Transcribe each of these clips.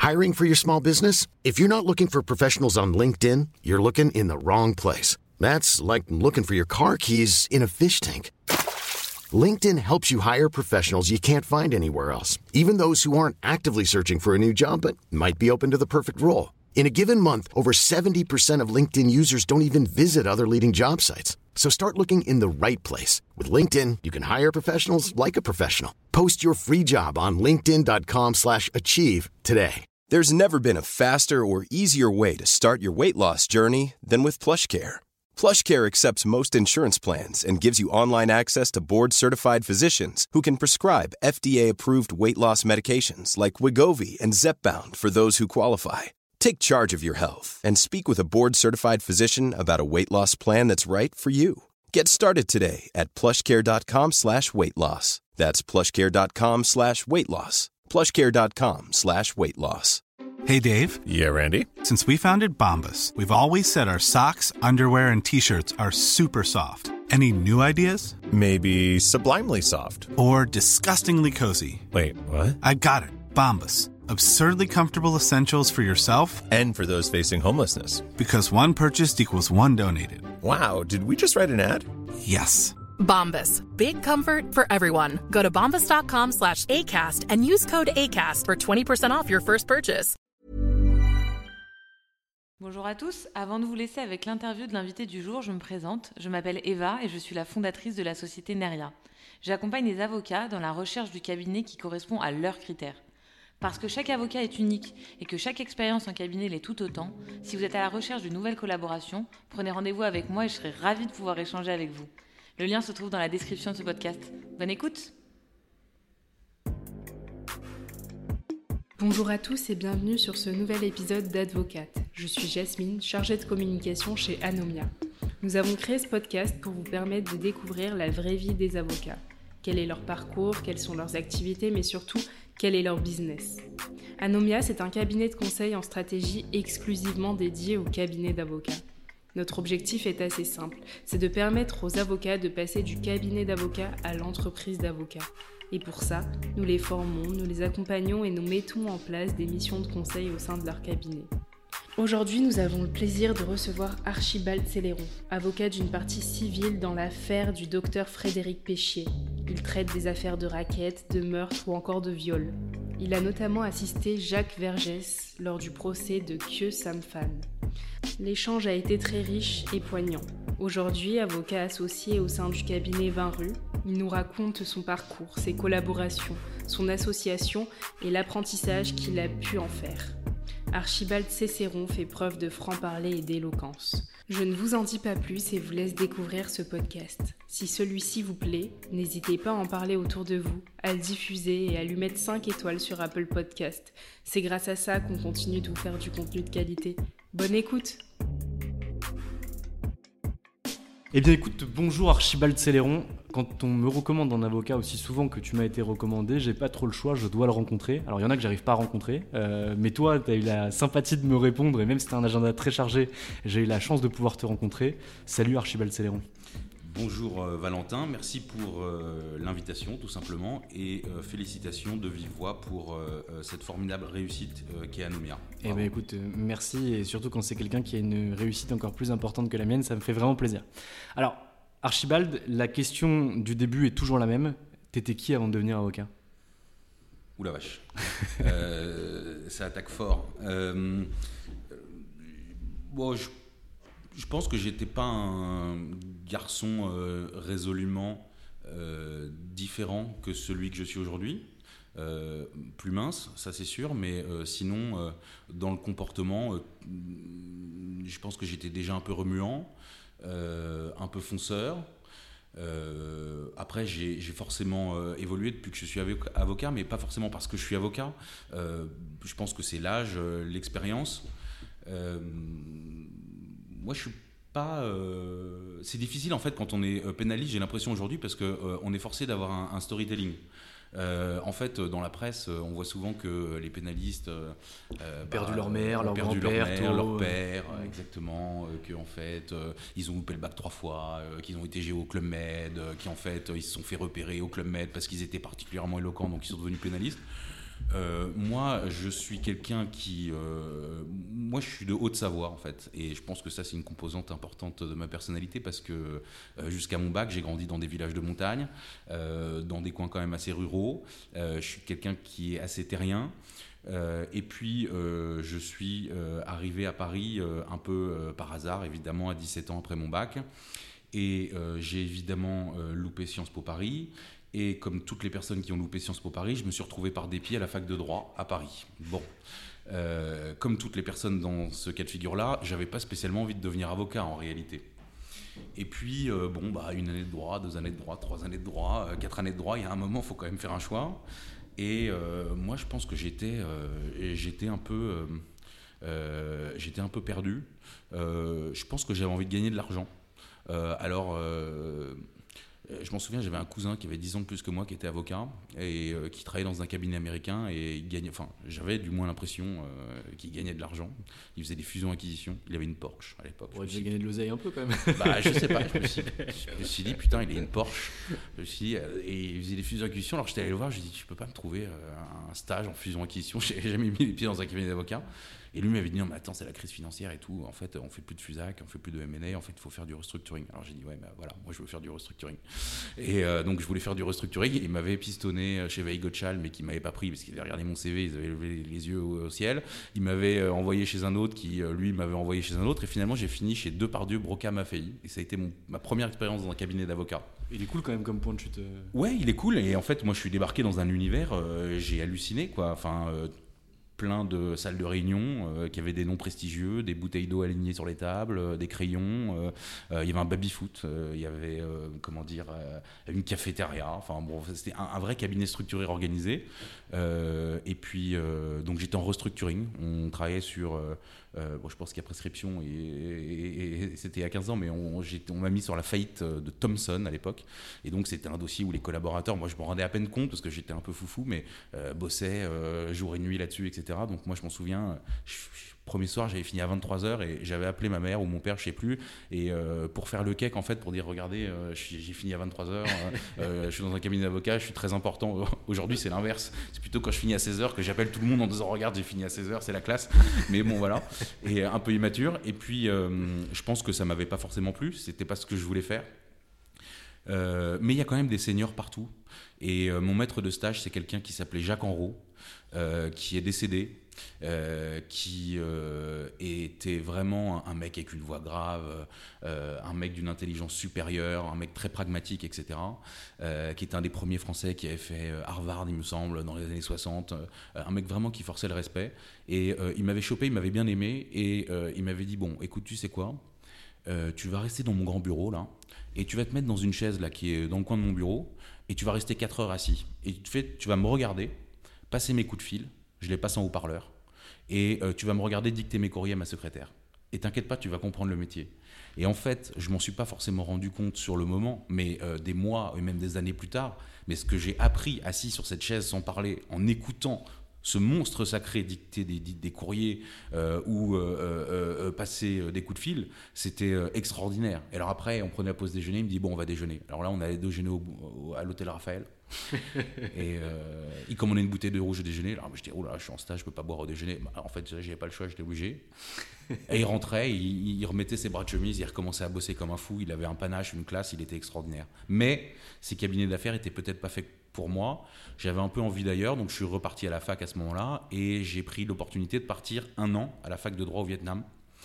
Hiring for your small business? If you're not looking for professionals on LinkedIn, you're looking in the wrong place. That's like looking for your car keys in a fish tank. LinkedIn helps you hire professionals you can't find anywhere else, even those who aren't actively searching for a new job but might be open to the perfect role. In a given month, over 70% of LinkedIn users don't even visit other leading job sites. So start looking in the right place. With LinkedIn, you can hire professionals like a professional. Post your free job on linkedin.com/achieve today. There's never been a faster or easier way to start your weight loss journey than with PlushCare. PlushCare accepts most insurance plans and gives you online access to board-certified physicians who can prescribe FDA-approved weight loss medications like Wegovy and Zepbound for those who qualify. Take charge of your health and speak with a board-certified physician about a weight loss plan that's right for you. Get started today at plushcare.com/weight loss. That's plushcare.com/weight loss. plushcare.com/weight loss. Hey, Dave. Yeah, Randy. Since we founded Bombas, we've always said our socks, underwear, and T-shirts are super soft. Any new ideas? Maybe sublimely soft. Or disgustingly cozy. Wait, what? I got it. Bombas. Absurdly comfortable essentials for yourself and for those facing homelessness. Because one purchased equals one donated. Wow, did we just write an ad? Yes. Bombas. Big comfort for everyone. Go to bombas.com/ACAST and use code ACAST for 20% off your first purchase. Bonjour à tous, avant de vous laisser avec l'interview de l'invité du jour, je me présente. Je m'appelle Eva et je suis la fondatrice de la société Neria. J'accompagne les avocats dans la recherche du cabinet qui correspond à leurs critères. Parce que chaque avocat est unique et que chaque expérience en cabinet l'est tout autant, si vous êtes à la recherche d'une nouvelle collaboration, prenez rendez-vous avec moi et je serai ravie de pouvoir échanger avec vous. Le lien se trouve dans la description de ce podcast. Bonne écoute! Bonjour à tous et bienvenue sur ce nouvel épisode d'Advocate. Je suis Jasmine, chargée de communication chez Anomia. Nous avons créé ce podcast pour vous permettre de découvrir la vraie vie des avocats. Quel est leur parcours, quelles sont leurs activités, mais surtout, quel est leur business. Anomia, c'est un cabinet de conseil en stratégie exclusivement dédié aux cabinets d'avocats. Notre objectif est assez simple, c'est de permettre aux avocats de passer du cabinet d'avocats à l'entreprise d'avocats. Et pour ça, nous les formons, nous les accompagnons et nous mettons en place des missions de conseil au sein de leur cabinet. Aujourd'hui, nous avons le plaisir de recevoir Archibald Céléron, avocat d'une partie civile dans l'affaire du docteur Frédéric Péchier. Il traite des affaires de racket, de meurtre ou encore de viol. Il a notamment assisté Jacques Vergès lors du procès de Khieu Samphan. L'échange a été très riche et poignant. Aujourd'hui, avocat associé au sein du cabinet 20 rues, il nous raconte son parcours, ses collaborations, son association et l'apprentissage qu'il a pu en faire. Archibald Céléron fait preuve de franc-parler et d'éloquence. Je ne vous en dis pas plus et vous laisse découvrir ce podcast. Si celui-ci vous plaît, n'hésitez pas à en parler autour de vous, à le diffuser et à lui mettre 5 étoiles sur Apple Podcast. C'est grâce à ça qu'on continue de vous faire du contenu de qualité. Bonne écoute! Eh bien écoute, bonjour Archibald Céléron. Quand on me recommande un avocat aussi souvent que tu m'as été recommandé, j'ai pas trop le choix, je dois le rencontrer. Alors il y en a que j'arrive pas à rencontrer, mais toi tu as eu la sympathie de me répondre et même si tu as un agenda très chargé, j'ai eu la chance de pouvoir te rencontrer. Salut Archibald Céléron. Bonjour Valentin, merci pour l'invitation tout simplement et félicitations de vive voix pour cette formidable réussite qu'est Anomia. Eh bien écoute, merci et surtout quand c'est quelqu'un qui a une réussite encore plus importante que la mienne, ça me fait vraiment plaisir. Alors Archibald, la question du début est toujours la même, t'étais qui avant de devenir avocat ? Ouh la vache, ça attaque fort. Je pense que j'étais pas un garçon résolument différent que celui que je suis aujourd'hui. Plus mince, ça c'est sûr, mais sinon, dans le comportement, je pense que j'étais déjà un peu remuant, un peu fonceur. Après, j'ai forcément évolué depuis que je suis avocat, mais pas forcément parce que je suis avocat. Je pense que c'est l'âge, l'expérience. Moi, je suis pas. C'est difficile en fait quand on est pénaliste. J'ai l'impression aujourd'hui parce que on est forcé d'avoir un storytelling. En fait, dans la presse, on voit souvent que les pénalistes perdu leur mère, leur perdu grand-père, leur père, exactement, que en fait ils ont loupé le bac 3 fois, qu'ils ont été géo au Club Med, qu'en fait ils se sont fait repérer au Club Med parce qu'ils étaient particulièrement éloquents, donc ils sont devenus pénalistes. Moi, je suis quelqu'un qui... moi, je suis de Haute-Savoie, en fait. Et je pense que ça, c'est une composante importante de ma personnalité parce que jusqu'à mon bac, j'ai grandi dans des villages de montagne, dans des coins quand même assez ruraux. Je suis quelqu'un qui est assez terrien. Et puis, je suis arrivé à Paris un peu par hasard, évidemment, à 17 ans après mon bac. Et j'ai évidemment loupé Sciences Po Paris. Et comme toutes les personnes qui ont loupé Sciences Po Paris, je me suis retrouvé par dépit à la fac de droit à Paris. Bon, comme toutes les personnes dans ce cas de figure-là, j'avais pas spécialement envie de devenir avocat en réalité. Et puis, une année de droit, 2 années de droit, 3 années de droit, 4 années de droit, il y a un moment, il faut quand même faire un choix. Et moi, je pense que j'étais un peu perdu. Je pense que j'avais envie de gagner de l'argent. Je m'en souviens, j'avais un cousin qui avait 10 ans de plus que moi, qui était avocat et qui travaillait dans un cabinet américain et il gagnait, j'avais du moins l'impression qu'il gagnait de l'argent. Il faisait des fusions-acquisitions. Il avait une Porsche à l'époque. Ouais, il gagné de l'oseille un peu quand même. Je sais pas. Je me suis dit, putain, il a une Porsche. Et il faisait des fusions-acquisitions. Alors j'étais allé le voir, je lui ai dit, tu peux pas me trouver un stage en fusion-acquisition? J'ai jamais mis les pieds dans un cabinet d'avocat. Et lui m'avait dit, non mais attends, c'est la crise financière et tout, en fait on fait plus de FUSAC, on fait plus de M&A, en fait il faut faire du restructuring. Alors j'ai dit, ouais bah voilà, moi je veux faire du restructuring. Et donc je voulais faire du restructuring, il m'avait pistonné chez Veil Gotschall, mais qui m'avait pas pris parce qu'il avait regardé mon CV, ils avaient levé les yeux au ciel. Il m'avait envoyé chez un autre qui lui m'avait envoyé chez un autre, et finalement j'ai fini chez Depardieu, Broca, Maffei. Et ça a été ma première expérience dans un cabinet d'avocat. Il est cool quand même comme point de chute. Ouais, il est cool, et en fait moi je suis débarqué dans un univers, j'ai halluciné quoi, plein de salles de réunion qui avaient des noms prestigieux, des bouteilles d'eau alignées sur les tables, des crayons, il y avait un baby-foot, il y avait une cafétéria, c'était un vrai cabinet structuré, organisé. Et puis donc j'étais en restructuring, on travaillait sur je pense qu'il y a prescription et c'était il y a 15 ans, mais on m'a mis sur la faillite de Thomson à l'époque, et donc c'était un dossier où les collaborateurs, moi je me rendais à peine compte parce que j'étais un peu foufou, mais bossaient jour et nuit là-dessus, etc. Donc moi je m'en souviens, premier soir j'avais fini à 23h et j'avais appelé ma mère ou mon père, je sais plus, et pour faire le cake en fait, pour dire regardez, j'ai fini à 23h, je suis dans un cabinet d'avocat, je suis très important. Aujourd'hui c'est l'inverse, c'est plutôt quand je finis à 16h que j'appelle tout le monde en disant regarde j'ai fini à 16h, c'est la classe. Mais bon voilà, et un peu immature. Et puis je pense que ça m'avait pas forcément plu, c'était pas ce que je voulais faire. Mais il y a quand même des seniors partout, et mon maître de stage c'est quelqu'un qui s'appelait Jacques Enrault, qui est décédé, qui était vraiment un mec avec une voix grave, un mec d'une intelligence supérieure, un mec très pragmatique, etc., qui était un des premiers Français qui avait fait Harvard, il me semble, dans les années 60, un mec vraiment qui forçait le respect. Et il m'avait chopé, il m'avait bien aimé, et il m'avait dit, bon, écoute, tu sais quoi, tu vas rester dans mon grand bureau, là, et tu vas te mettre dans une chaise, là, qui est dans le coin de mon bureau, et tu vas rester 4 heures assis. Et tu vas me regarder, passer mes coups de fil, je les passe en haut-parleur, et tu vas me regarder dicter mes courriers à ma secrétaire. Et t'inquiète pas, tu vas comprendre le métier. Et en fait, je m'en suis pas forcément rendu compte sur le moment, mais des mois et même des années plus tard, mais ce que j'ai appris assis sur cette chaise sans parler, en écoutant ce monstre sacré dicter des courriers ou passer des coups de fil, c'était extraordinaire. Et alors après, on prenait la pause déjeuner, il me dit bon, on va déjeuner. Alors là, on allait déjeuner à l'hôtel Raphaël. Et il commandait une bouteille de rouge au déjeuner. Alors je dis oh là, je suis en stage, je peux pas boire au déjeuner. En fait, j'avais pas le choix, j'étais obligé. Et il rentrait, il remettait ses bras de chemise, il recommençait à bosser comme un fou. Il avait un panache, une classe, il était extraordinaire. Mais ces cabinets d'affaires étaient peut-être pas faits pour moi. J'avais un peu envie d'ailleurs, donc je suis reparti à la fac à ce moment-là, et j'ai pris l'opportunité de partir 1 an à la fac de droit au Vietnam.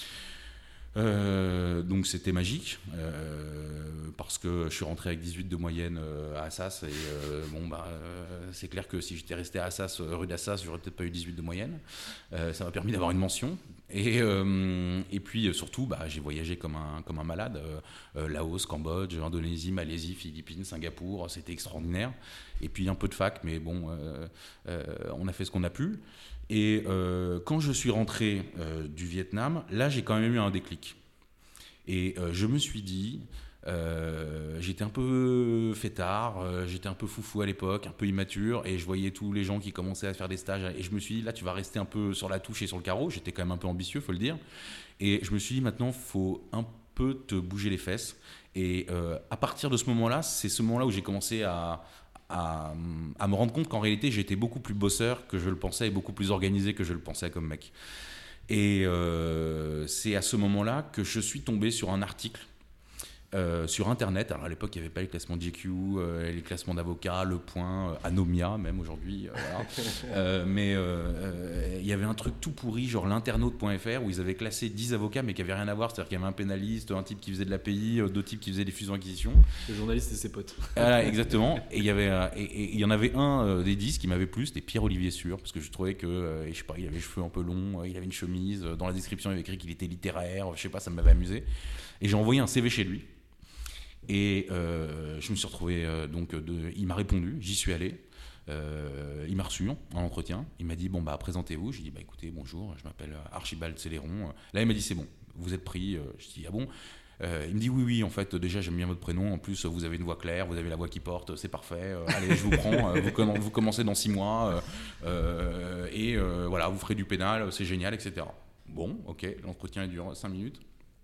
Donc c'était magique, parce que je suis rentré avec 18 de moyenne à Assas, et c'est clair que si j'étais resté à Assas, rue d'Assas, j'aurais peut-être pas eu 18 de moyenne. Ça m'a permis d'avoir une mention, et puis surtout j'ai voyagé comme un malade, Laos, Cambodge, Indonésie, Malaisie, Philippines, Singapour, c'était extraordinaire. Et puis un peu de fac, mais bon, on a fait ce qu'on a pu. Et quand je suis rentré du Vietnam, là j'ai quand même eu un déclic. Et je me suis dit, j'étais un peu fêtard, j'étais un peu foufou à l'époque, un peu immature, et je voyais tous les gens qui commençaient à faire des stages, et je me suis dit, là tu vas rester un peu sur la touche et sur le carreau. J'étais quand même un peu ambitieux, faut le dire. Et je me suis dit, maintenant faut un peu te bouger les fesses. Et à partir de ce moment-là, c'est ce moment-là où j'ai commencé à à me rendre compte qu'en réalité, j'étais beaucoup plus bosseur que je le pensais et beaucoup plus organisé que je le pensais comme mec. Et c'est à ce moment-là que je suis tombé sur un article sur Internet. Alors à l'époque, il n'y avait pas les classements GQ, les classements d'avocats, Le Point, Anomia même aujourd'hui. Voilà. Mais il y avait un truc tout pourri, genre l'internaute.fr, où ils avaient classé 10 avocats, mais qui n'avaient rien à voir. C'est-à-dire qu'il y avait un pénaliste, un type qui faisait de l'API, deux types qui faisaient des fusions-acquisitions. Le journaliste et ses potes. Voilà, exactement. Et il y en avait un des 10 qui m'avait plu, c'était Pierre-Olivier Sûr, parce que je trouvais que, je sais pas, il avait les cheveux un peu longs, il avait une chemise. Dans la description, il avait écrit qu'il était littéraire. Je sais pas, ça m'avait amusé. Et j'ai envoyé un CV chez lui. Et je me suis retrouvé, il m'a répondu, j'y suis allé, il m'a reçu en entretien, il m'a dit bon bah présentez-vous, j'ai dit bah écoutez bonjour, je m'appelle Archibald Céléron, là il m'a dit c'est bon, vous êtes pris, je dis ah bon, il me dit oui en fait déjà j'aime bien votre prénom, en plus vous avez une voix claire, vous avez la voix qui porte, c'est parfait, allez je vous prends, vous commencez dans 6 mois, et voilà vous ferez du pénal, c'est génial etc. Bon ok, l'entretien dure 5 minutes.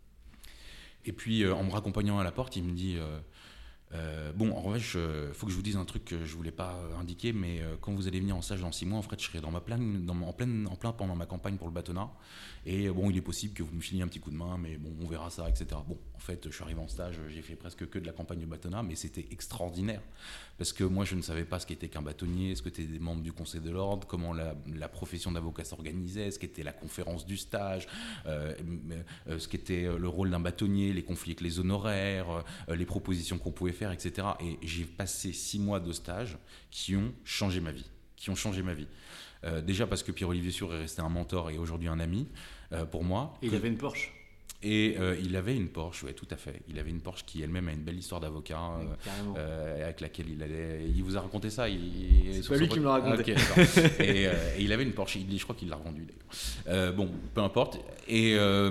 Et puis, en me raccompagnant à la porte, il me dit bon, en revanche, il faut que je vous dise un truc que je ne voulais pas indiquer, mais quand vous allez venir en stage dans 6 mois, en fait, je serai en plein pendant ma campagne pour le bâtonnat. Et bon, il est possible que vous me filiez un petit coup de main, mais bon, on verra ça, etc. Bon, en fait, je suis arrivé en stage, j'ai fait presque que de la campagne au bâtonnat, mais c'était extraordinaire. Parce que moi, je ne savais pas ce qu'était qu'un bâtonnier, ce qu'étaient des membres du Conseil de l'Ordre, comment la profession d'avocat s'organisait, ce qu'était la conférence du stage, ce qu'était le rôle d'un bâtonnier, les conflits avec les honoraires, les propositions qu'on pouvait faire, etc. Et j'ai passé 6 mois de stage qui ont changé ma vie. Déjà parce que Pierre-Olivier Sûr est resté un mentor et aujourd'hui un ami pour moi. Et il avait une Porsche. Et il avait une Porsche, ouais, tout à fait. Il avait une Porsche qui elle-même a une belle histoire d'avocat, avec laquelle il allait. Il vous a raconté ça. C'est pas lui qui me l'a raconté. Okay, et il avait une Porsche. Je crois qu'il l'a revendue d'ailleurs. Bon, peu importe. Et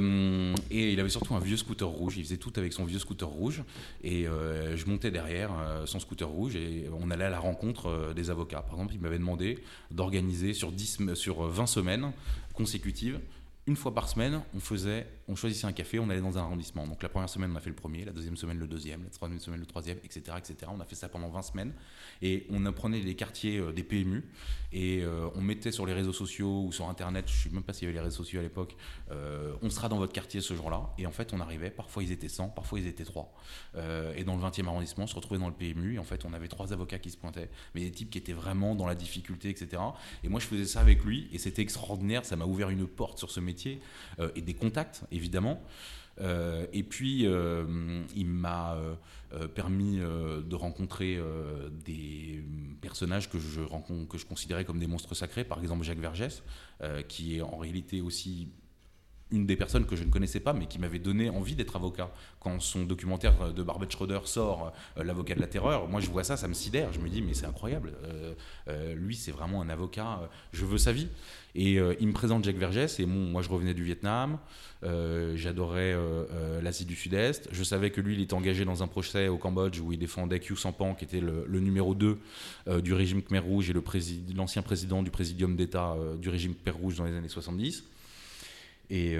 il avait surtout un vieux scooter rouge. Il faisait tout avec son vieux scooter rouge. Et je montais derrière son scooter rouge et on allait à la rencontre des avocats. Par exemple, il m'avait demandé d'organiser sur 20 semaines consécutives. Une fois par semaine, on choisissait un café, on allait dans un arrondissement. Donc la première semaine, on a fait le premier, la deuxième semaine, le deuxième, la troisième semaine, le troisième, etc., etc. On a fait ça pendant 20 semaines. Et on apprenait les quartiers des PMU. Et on mettait sur les réseaux sociaux ou sur Internet, je ne sais même pas s'il y avait les réseaux sociaux à l'époque, on sera dans votre quartier ce jour-là. Et en fait, on arrivait, parfois ils étaient 100, parfois ils étaient 3. Et dans le 20e arrondissement, on se retrouvait dans le PMU. Et en fait, on avait 3 avocats qui se pointaient, mais des types qui étaient vraiment dans la difficulté, etc. Et moi, je faisais ça avec lui. Et c'était extraordinaire, ça m'a ouvert une porte sur ce métier. Et des contacts évidemment et puis il m'a permis de rencontrer des personnages que je considérais comme des monstres sacrés, par exemple Jacques Vergès qui est en réalité aussi une des personnes que je ne connaissais pas mais qui m'avait donné envie d'être avocat. Quand son documentaire de Barbet Schroeder sort, l'avocat de la terreur, moi je vois ça me sidère, je me dis mais c'est incroyable, lui c'est vraiment un avocat, je veux sa vie. Et il me présente Jacques Vergès et moi je revenais du Vietnam, j'adorais l'Asie du Sud-Est, je savais que lui il était engagé dans un procès au Cambodge où il défendait Khieu Samphan qui était le numéro 2 du régime Khmer Rouge et l'ancien président du présidium d'État du régime Khmer Rouge dans les années 70. Et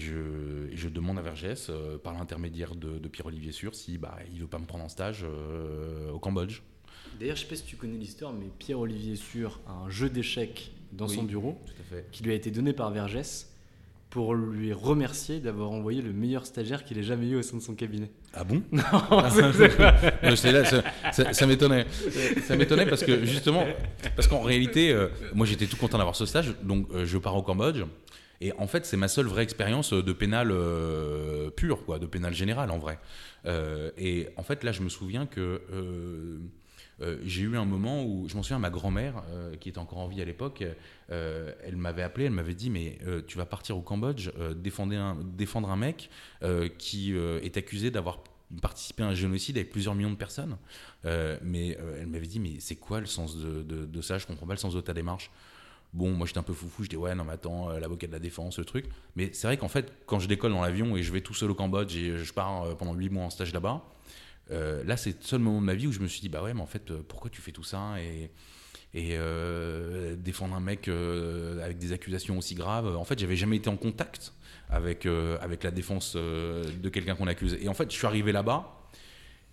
je demande à Vergès, par l'intermédiaire de Pierre-Olivier Sûr, si il veut pas me prendre en stage au Cambodge. D'ailleurs, je sais pas si tu connais l'histoire, mais Pierre-Olivier Sûr a un jeu d'échecs dans son bureau qui lui a été donné par Vergès pour lui remercier d'avoir envoyé le meilleur stagiaire qu'il ait jamais eu au sein de son cabinet. Ah bon? Non, ça m'étonnait. Ça m'étonnait parce que justement, qu'en réalité, moi j'étais tout content d'avoir ce stage, donc je pars au Cambodge. Et en fait, c'est ma seule vraie expérience de pénal pur, de pénal général en vrai. Et en fait, là, je me souviens que j'ai eu un moment où, je m'en souviens, ma grand-mère, qui était encore en vie à l'époque, elle m'avait appelé, elle m'avait dit, mais tu vas partir au Cambodge, défendre un mec qui est accusé d'avoir participé à un génocide avec plusieurs millions de personnes. Mais elle m'avait dit, mais c'est quoi le sens de ça? Je comprends pas le sens de ta démarche. Bon, moi j'étais un peu foufou, je dis ouais, non mais attends, l'avocat de la défense, le truc. Mais c'est vrai qu'en fait, quand je décolle dans l'avion et je vais tout seul au Cambodge et je pars pendant 8 mois en stage là-bas, là c'est le seul moment de ma vie où je me suis dit, bah ouais, mais en fait, pourquoi tu fais tout ça et défendre un mec avec des accusations aussi graves. En fait, j'avais jamais été en contact avec la défense de quelqu'un qu'on accuse. Et en fait, je suis arrivé là-bas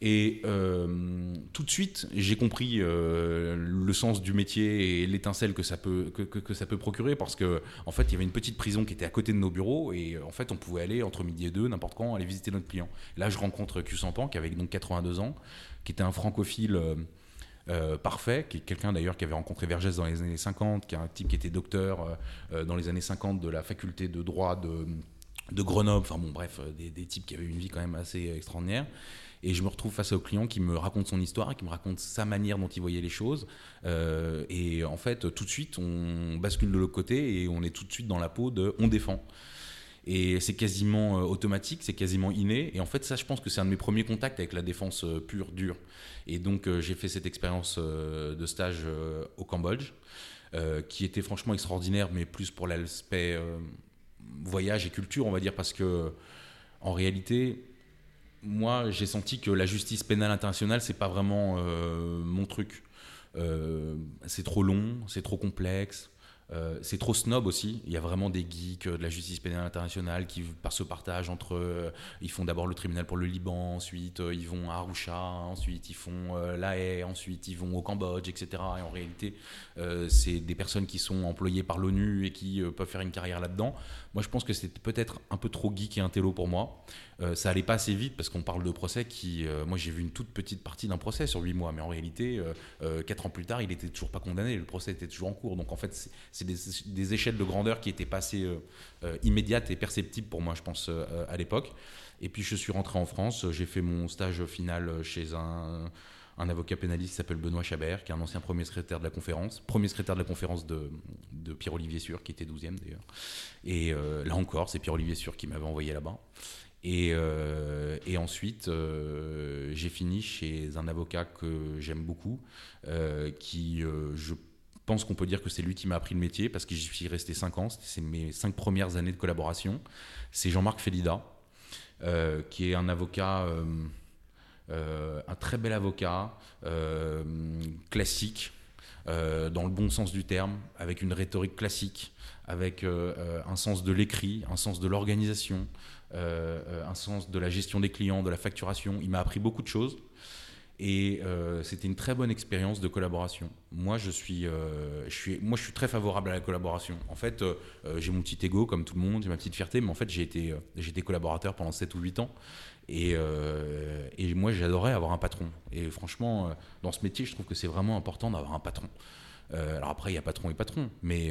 Et tout de suite, j'ai compris le sens du métier et l'étincelle que ça peut procurer, parce que en fait, il y avait une petite prison qui était à côté de nos bureaux, et en fait, on pouvait aller entre midi et 2, n'importe quand, aller visiter notre client. Là, je rencontre Q Sampan, qui avait donc 82 ans, qui était un francophile parfait, qui est quelqu'un d'ailleurs qui avait rencontré Vergès dans les années 50, qui est un type qui était docteur dans les années 50 de la faculté de droit de Grenoble. Enfin bon, bref, des types qui avaient une vie quand même assez extraordinaire. Et je me retrouve face au client qui me raconte son histoire, qui me raconte sa manière dont il voyait les choses. Et en fait, tout de suite, on bascule de l'autre côté et on est tout de suite dans la peau de « on défend ». Et c'est quasiment automatique, c'est quasiment inné. Et en fait, ça, je pense que c'est un de mes premiers contacts avec la défense pure, dure. Et donc, j'ai fait cette expérience de stage au Cambodge, qui était franchement extraordinaire, mais plus pour l'aspect voyage et culture, on va dire, parce que en réalité... Moi, j'ai senti que la justice pénale internationale, c'est pas vraiment mon truc. C'est trop long, c'est trop complexe, c'est trop snob aussi. Il y a vraiment des geeks de la justice pénale internationale qui se partagent entre... ils font d'abord le tribunal pour le Liban, ensuite ils vont à Arusha, ensuite ils font La Haye, ensuite ils vont au Cambodge, etc. Et en réalité, c'est des personnes qui sont employées par l'ONU et qui peuvent faire une carrière là-dedans. Moi, je pense que c'était peut-être un peu trop geek et intello pour moi. Ça allait pas assez vite parce qu'on parle de procès qui... moi, j'ai vu une toute petite partie d'un procès sur 8 mois, mais en réalité, 4 ans plus tard, il était toujours pas condamné, le procès était toujours en cours. Donc, en fait, c'est des échelles de grandeur qui étaient pas assez immédiates et perceptibles pour moi, je pense, à l'époque. Et puis, je suis rentré en France, j'ai fait mon stage final chez un avocat pénaliste qui s'appelle Benoît Chabert, qui est un ancien premier secrétaire de la conférence de Pierre-Olivier Sûr, qui était 12e d'ailleurs. Et là encore, c'est Pierre-Olivier Sûr qui m'avait envoyé là-bas. Et ensuite, j'ai fini chez un avocat que j'aime beaucoup, je pense qu'on peut dire que c'est lui qui m'a appris le métier, parce que j'y suis resté 5 ans, c'est mes 5 premières années de collaboration. C'est Jean-Marc Félida, qui est un avocat... un très bel avocat, classique, dans le bon sens du terme, avec une rhétorique classique, avec un sens de l'écrit, un sens de l'organisation, un sens de la gestion des clients, de la facturation. Il m'a appris beaucoup de choses et c'était une très bonne expérience de collaboration. Moi, je suis très favorable à la collaboration. En fait, j'ai mon petit ego comme tout le monde, j'ai ma petite fierté, mais en fait, j'ai été collaborateur pendant 7 ou 8 ans. Et moi, j'adorais avoir un patron. Et franchement, dans ce métier, je trouve que c'est vraiment important d'avoir un patron. Alors après, il y a patron et patron, mais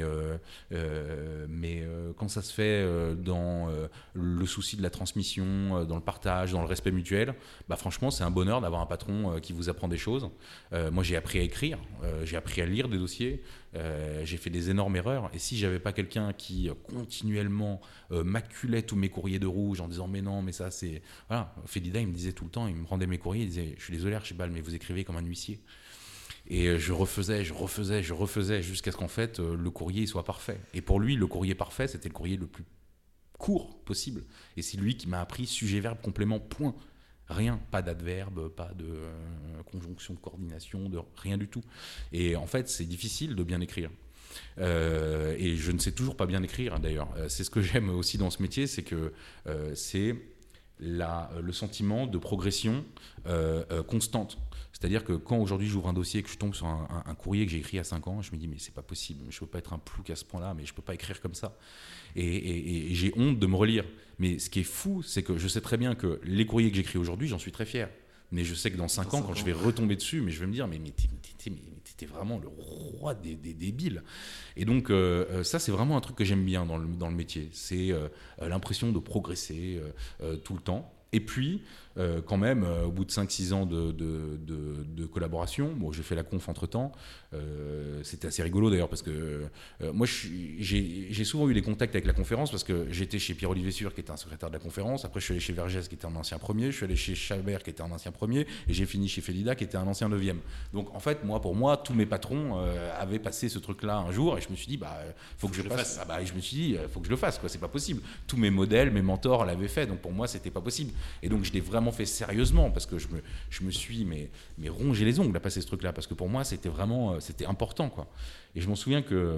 quand ça se fait dans le souci de la transmission, dans le partage, dans le respect mutuel, bah franchement, c'est un bonheur d'avoir un patron qui vous apprend des choses. Moi, j'ai appris à écrire, j'ai appris à lire des dossiers, j'ai fait des énormes erreurs. Et si j'avais pas quelqu'un qui continuellement maculait tous mes courriers de rouge en disant mais non, mais ça c'est... Voilà, Félida, il me disait tout le temps, il me rendait mes courriers, il disait « Je suis désolé Archibald, mais vous écrivez comme un huissier ». Et je refaisais jusqu'à ce qu'en fait le courrier soit parfait. Et pour lui, le courrier parfait, c'était le courrier le plus court possible. Et c'est lui qui m'a appris sujet, verbe, complément, point. Rien, pas d'adverbe, pas de conjonction de coordination, de rien du tout. Et en fait, c'est difficile de bien écrire. Et je ne sais toujours pas bien écrire d'ailleurs. C'est ce que j'aime aussi dans ce métier, c'est que c'est le sentiment de progression constante. C'est-à-dire que quand aujourd'hui j'ouvre un dossier et que je tombe sur un courrier que j'ai écrit à 5 ans, je me dis mais c'est pas possible, je peux pas être un plouc à ce point-là, mais je peux pas écrire comme ça. Et j'ai honte de me relire. Mais ce qui est fou, c'est que je sais très bien que les courriers que j'écris aujourd'hui, j'en suis très fier. Mais je sais que dans 5 ans, quand je vais retomber dessus, mais je vais me dire mais t'étais vraiment le roi des débiles. Et donc ça, c'est vraiment un truc que j'aime bien dans le métier. C'est l'impression de progresser tout le temps. Et puis, quand même, au bout de 5-6 ans de collaboration, bon, j'ai fait la conf entre-temps, c'était assez rigolo d'ailleurs, parce que moi, j'ai souvent eu des contacts avec la conférence, parce que j'étais chez Pierre-Olivier Sûr, qui était un secrétaire de la conférence, après je suis allé chez Vergès, qui était un ancien premier, je suis allé chez Chabert, qui était un ancien premier, et j'ai fini chez Félida, qui était un ancien 9e. Donc en fait, pour moi, tous mes patrons avaient passé ce truc-là un jour, et je me suis dit, faut que je le fasse. Je me suis dit, faut que je le fasse, quoi, c'est pas possible. Tous mes modèles, mes mentors l'avaient fait, donc pour moi, c'était pas possible. Et donc je l'ai vraiment fait sérieusement, parce que je me suis rongé les ongles à passer ce truc-là, parce que pour moi c'était important, quoi. Et je m'en souviens que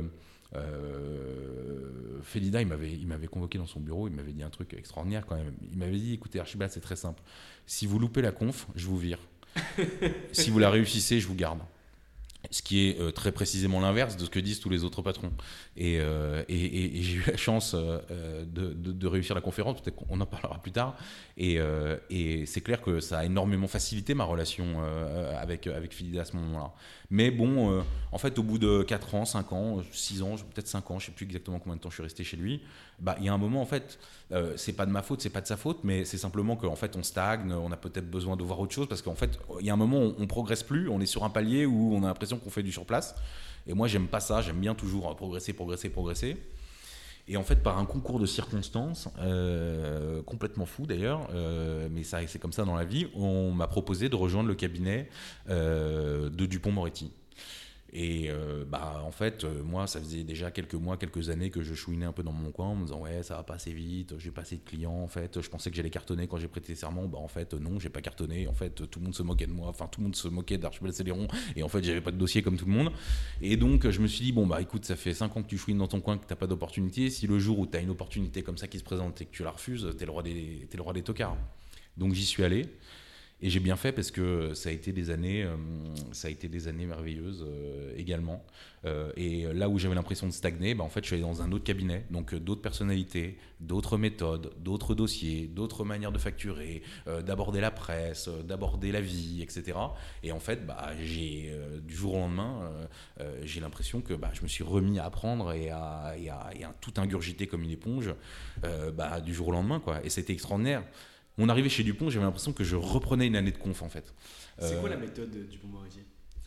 Félida, il m'avait convoqué dans son bureau, il m'avait dit un truc extraordinaire quand même. Il m'avait dit, écoutez Archibald, c'est très simple. Si vous loupez la conf, je vous vire. Si vous la réussissez, je vous garde. Ce qui est très précisément l'inverse de ce que disent tous les autres patrons. Et j'ai eu la chance de réussir la conférence, peut-être qu'on en parlera plus tard. Et c'est clair que ça a énormément facilité ma relation avec Félida à ce moment-là. Mais bon, en fait, au bout de 4 ans, 5 ans, 6 ans, peut-être 5 ans, je ne sais plus exactement combien de temps je suis resté chez lui, il y a un moment, en fait, c'est pas de ma faute, c'est pas de sa faute, mais c'est simplement qu'en fait, on stagne, on a peut-être besoin de voir autre chose, parce qu'en fait, il y a un moment où on progresse plus, on est sur un palier où on a l'impression qu'on fait du surplace. Et moi, j'aime pas ça, j'aime bien toujours progresser. Et en fait, par un concours de circonstances, complètement fou d'ailleurs, mais ça, c'est comme ça dans la vie, on m'a proposé de rejoindre le cabinet de Dupond-Moretti. Et en fait, moi, ça faisait déjà quelques années que je chouinais un peu dans mon coin en me disant ouais, ça va pas assez vite, j'ai pas assez de clients. En fait, je pensais que j'allais cartonner quand j'ai prêté serment. En fait, non, j'ai pas cartonné. En fait, tout le monde se moquait de moi. Enfin, tout le monde se moquait d'Archibald Céléron. Et en fait, j'avais pas de dossier comme tout le monde. Et donc, je me suis dit écoute, ça fait 5 ans que tu chouines dans ton coin, que t'as pas d'opportunité. Si le jour où t'as une opportunité comme ça qui se présente et que tu la refuses, t'es le roi des tocards. Donc, j'y suis allé. Et j'ai bien fait parce que ça a été des années merveilleuses également. Et là où j'avais l'impression de stagner, en fait, je suis allé dans un autre cabinet, donc d'autres personnalités, d'autres méthodes, d'autres dossiers, d'autres manières de facturer, d'aborder la presse, d'aborder la vie, etc. Et en fait, du jour au lendemain, j'ai l'impression que je me suis remis à apprendre et à tout ingurgiter comme une éponge du jour au lendemain, quoi. Et c'était extraordinaire. On arrivait chez Dupond, j'avais l'impression que je reprenais une année de conf en fait. C'est quoi la méthode Dupond-Moretti ?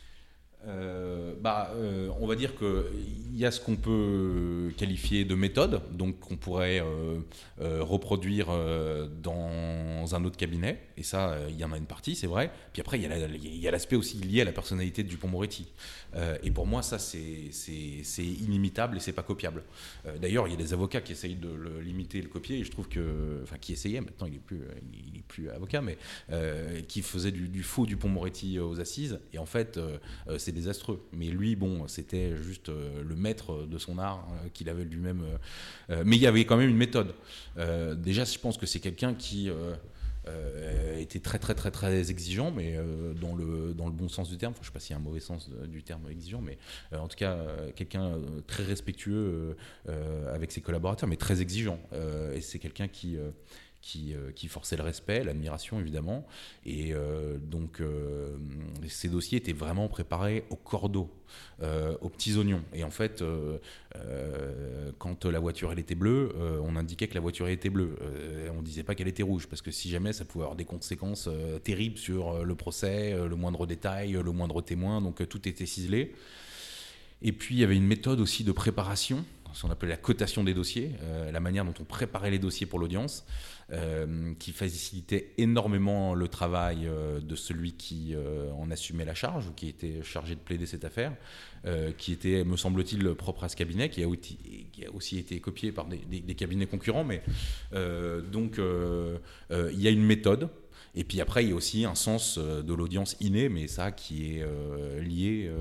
On va dire qu'il y a ce qu'on peut qualifier de méthode, donc qu'on pourrait reproduire dans un autre cabinet, et ça, il y en a une partie, c'est vrai. Puis après, il y a l'aspect aussi lié à la personnalité de Dupond-Moretti. Et pour moi, ça, c'est inimitable et c'est pas copiable. D'ailleurs, il y a des avocats qui essayent de l'imiter et le copier, et je trouve qui essayaient, maintenant il est plus avocat, mais qui faisaient du faux Dupond-Moretti aux assises, et en fait, c'est désastreux. Mais lui, c'était juste le maître de son art qu'il avait lui-même. Mais il y avait quand même une méthode. Déjà, je pense que c'est quelqu'un qui était très très très très exigeant, mais dans le bon sens du terme. Enfin, je ne sais pas s'il y a un mauvais sens du terme exigeant, mais en tout cas quelqu'un très respectueux avec ses collaborateurs, mais très exigeant. Et c'est quelqu'un qui forçait le respect, l'admiration évidemment, et donc ces dossiers étaient vraiment préparés au cordeau, aux petits oignons. Et en fait, quand la voiture elle était bleue, on indiquait que la voiture elle était bleue. On disait pas qu'elle était rouge, parce que si jamais ça pouvait avoir des conséquences terribles sur le procès, le moindre détail, le moindre témoin. Donc tout était ciselé. Et puis il y avait une méthode aussi de préparation, ce qu'on appelait la cotation des dossiers, la manière dont on préparait les dossiers pour l'audience, qui facilitait énormément le travail de celui qui en assumait la charge, ou qui était chargé de plaider cette affaire, qui était, me semble-t-il, propre à ce cabinet, qui a aussi été copié par des cabinets concurrents. Mais donc il y a une méthode. Et puis après, il y a aussi un sens de l'audience inné, mais ça qui est lié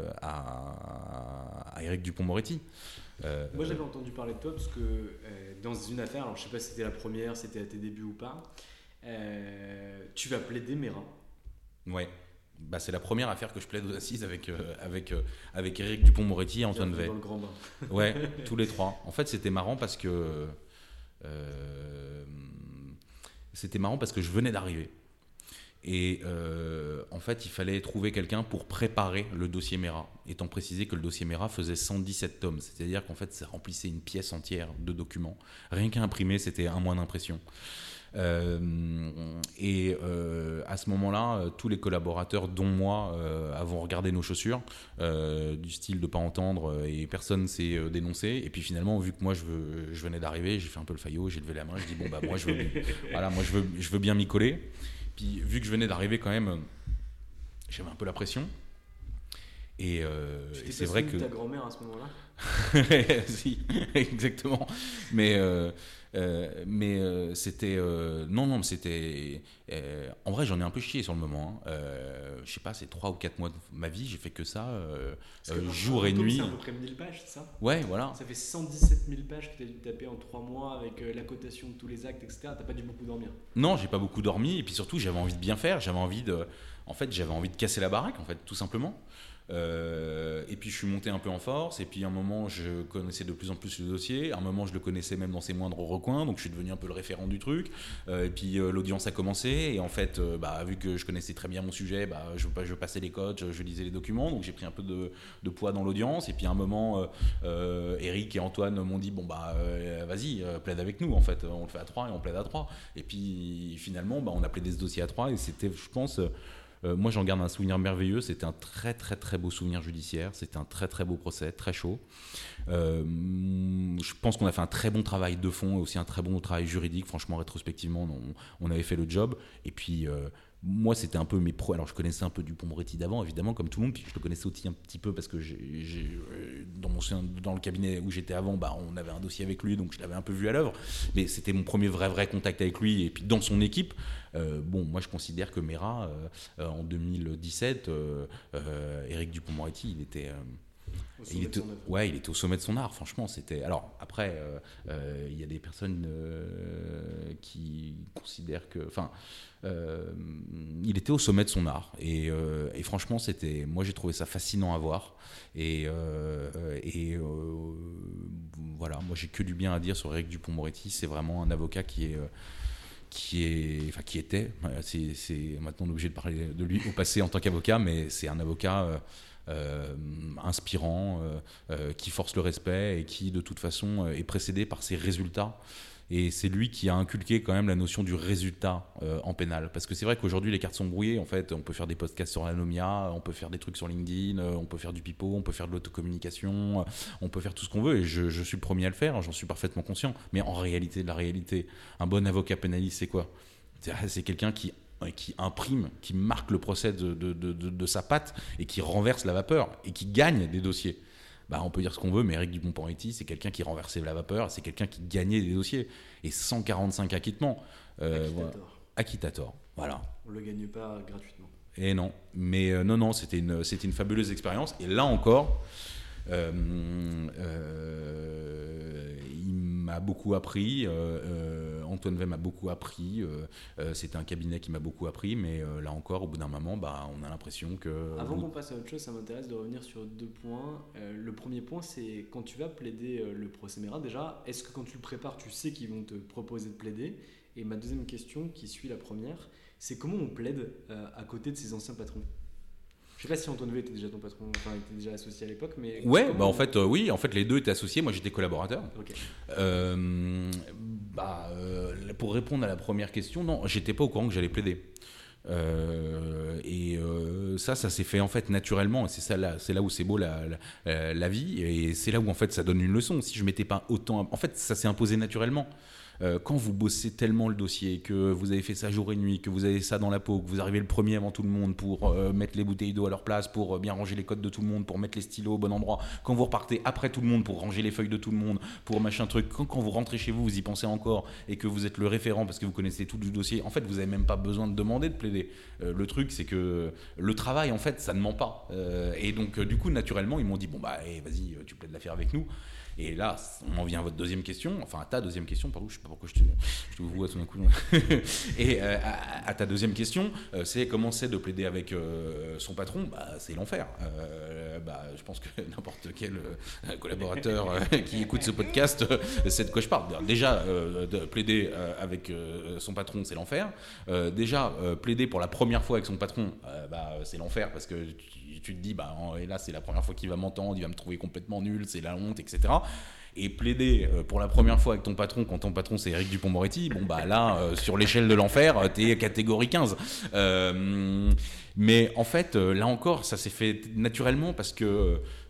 à Éric Dupond-Moretti. Moi, j'avais entendu parler de toi parce que dans une affaire, alors je ne sais pas si c'était la première, c'était à tes débuts ou pas, tu vas plaider Meyrat. Ouais. C'est la première affaire que je plaide aux assises avec Éric Dupond-Moretti et Antoine Vey. Dans le grand bain. Ouais, tous les trois. En fait, c'était marrant parce que je venais d'arriver. Et en fait, il fallait trouver quelqu'un pour préparer le dossier Meyrat, étant précisé que le dossier Meyrat faisait 117 tomes, c'est-à-dire qu'en fait, ça remplissait une pièce entière de documents. Rien qu'à imprimer, c'était un mois d'impression. À ce moment-là, tous les collaborateurs, dont moi, avons regardé nos chaussures, du style de pas entendre, et personne s'est dénoncé. Et puis finalement, vu que moi je venais d'arriver, j'ai fait un peu le faillot, j'ai levé la main, je dis moi je veux bien m'y coller. Puis vu que je venais d'arriver quand même, j'avais un peu la pression. Et c'est vrai que ta grand-mère à ce moment-là ? Si, exactement. Mais c'était non, c'était en vrai, j'en ai un peu chié sur le moment. Je sais pas, c'est 3 ou 4 mois de ma vie, j'ai fait que ça, jour et nuit. C'est à peu près 1000 pages, c'est ça? Ouais, voilà. Ça fait 117 000 pages que tu as dû taper en 3 mois avec la cotation de tous les actes, etc. T'as pas dû beaucoup dormir? Non, j'ai pas beaucoup dormi, et puis surtout, j'avais envie de bien faire. J'avais envie de casser la baraque, en fait, tout simplement. Et puis je suis monté un peu en force, et puis à un moment je connaissais de plus en plus le dossier, à un moment je le connaissais même dans ses moindres recoins, donc je suis devenu un peu le référent du truc, et puis l'audience a commencé, et en fait vu que je connaissais très bien mon sujet, je passais les codes, je lisais les documents, donc j'ai pris un peu de poids dans l'audience, et puis à un moment Eric et Antoine m'ont dit vas-y, plaide avec nous, en fait on le fait à 3 et on plaide à 3, et puis finalement on a plaidé ce dossier à 3, et c'était, je pense, moi j'en garde un souvenir merveilleux, c'était un très très très beau souvenir judiciaire, c'était un très très beau procès, très chaud. Je pense qu'on a fait un très bon travail de fond et aussi un très bon travail juridique, franchement rétrospectivement on avait fait le job, et puis moi c'était un peu mes pros, alors je connaissais un peu Dupond-Moretti d'avant évidemment comme tout le monde, puis je le connaissais aussi un petit peu parce que dans le cabinet où j'étais avant, on avait un dossier avec lui, donc je l'avais un peu vu à l'œuvre, mais c'était mon premier vrai contact avec lui, et puis dans son équipe. Moi je considère que Mera en 2017, Éric Dupond-Moretti, il était au sommet de son art, franchement. C'était... Alors après, il y a des personnes qui considèrent que... il était au sommet de son art, et franchement, moi j'ai trouvé ça fascinant à voir, et voilà, moi j'ai que du bien à dire sur Éric Dupond-Moretti. C'est vraiment un avocat qui était, c'est maintenant on est obligé de parler de lui au passé en tant qu'avocat, mais c'est un avocat inspirant, qui force le respect et qui de toute façon est précédé par ses résultats. Et c'est lui qui a inculqué quand même la notion du résultat en pénal. Parce que c'est vrai qu'aujourd'hui, les cartes sont brouillées. En fait, on peut faire des podcasts sur Anomia, on peut faire des trucs sur LinkedIn, on peut faire du pipeau, on peut faire de l'autocommunication, on peut faire tout ce qu'on veut. Et je suis le premier à le faire, j'en suis parfaitement conscient. Mais en réalité, un bon avocat pénaliste, c'est quoi? C'est quelqu'un qui imprime, qui marque le procès de sa patte et qui renverse la vapeur et qui gagne des dossiers. On peut dire ce qu'on veut, mais Éric Dupond-Moretti, c'est quelqu'un qui renversait la vapeur, c'est quelqu'un qui gagnait des dossiers. Et 145 acquittements. Acquittator, voilà. On ne le gagne pas gratuitement. Et non, mais non, c'était une fabuleuse expérience. Et là encore, il m'a beaucoup appris, Antoine Wey m'a beaucoup appris, c'était un cabinet qui m'a beaucoup appris, mais là encore, au bout d'un moment, on a l'impression que... Avant qu'on passe à autre chose, ça m'intéresse de revenir sur 2 points. Le premier point, c'est quand tu vas plaider le procès Mera, déjà, est-ce que quand tu le prépares, tu sais qu'ils vont te proposer de plaider? Et ma deuxième question, qui suit la première, c'est comment on plaide à côté de ses anciens patrons? Je sais pas si Antoine Wey était déjà ton patron, enfin était déjà associé à l'époque, mais... Ouais, en fait, oui, en fait les deux étaient associés, moi j'étais collaborateur. Okay. Pour répondre à la première question, non, j'étais pas au courant que j'allais plaider. Ça s'est fait en fait naturellement, et c'est là où c'est beau la vie, et c'est là où en fait ça donne une leçon. Si je m'étais pas autant... En fait, ça s'est imposé naturellement. Quand vous bossez tellement le dossier, que vous avez fait ça jour et nuit, que vous avez ça dans la peau, que vous arrivez le premier avant tout le monde pour mettre les bouteilles d'eau à leur place, pour bien ranger les codes de tout le monde, pour mettre les stylos au bon endroit, quand vous repartez après tout le monde pour ranger les feuilles de tout le monde, pour machin truc, quand vous rentrez chez vous, vous y pensez encore, et que vous êtes le référent parce que vous connaissez tout du dossier, en fait vous n'avez même pas besoin de demander de plaider. Le truc c'est que le travail en fait ça ne ment pas, et donc du coup naturellement ils m'ont dit vas-y tu plaides l'affaire avec nous. Et là, on en vient à votre deuxième question, enfin à ta deuxième question, pardon, je sais pas pourquoi je te vois tout d'un coup. Et à ta deuxième question, c'est comment c'est de plaider avec son patron? C'est l'enfer. Je pense que n'importe quel collaborateur qui écoute ce podcast sait de quoi je parle. Déjà, de plaider avec son patron, c'est l'enfer. Déjà, plaider pour la première fois avec son patron, c'est l'enfer parce que tu te dis, et là c'est la première fois qu'il va m'entendre, il va me trouver complètement nul, c'est la honte, etc. Et plaider pour la première fois avec ton patron, quand ton patron c'est Éric Dupond-Moretti, là, sur l'échelle de l'enfer, t'es catégorie 15. Mais en fait, là encore, ça s'est fait naturellement parce que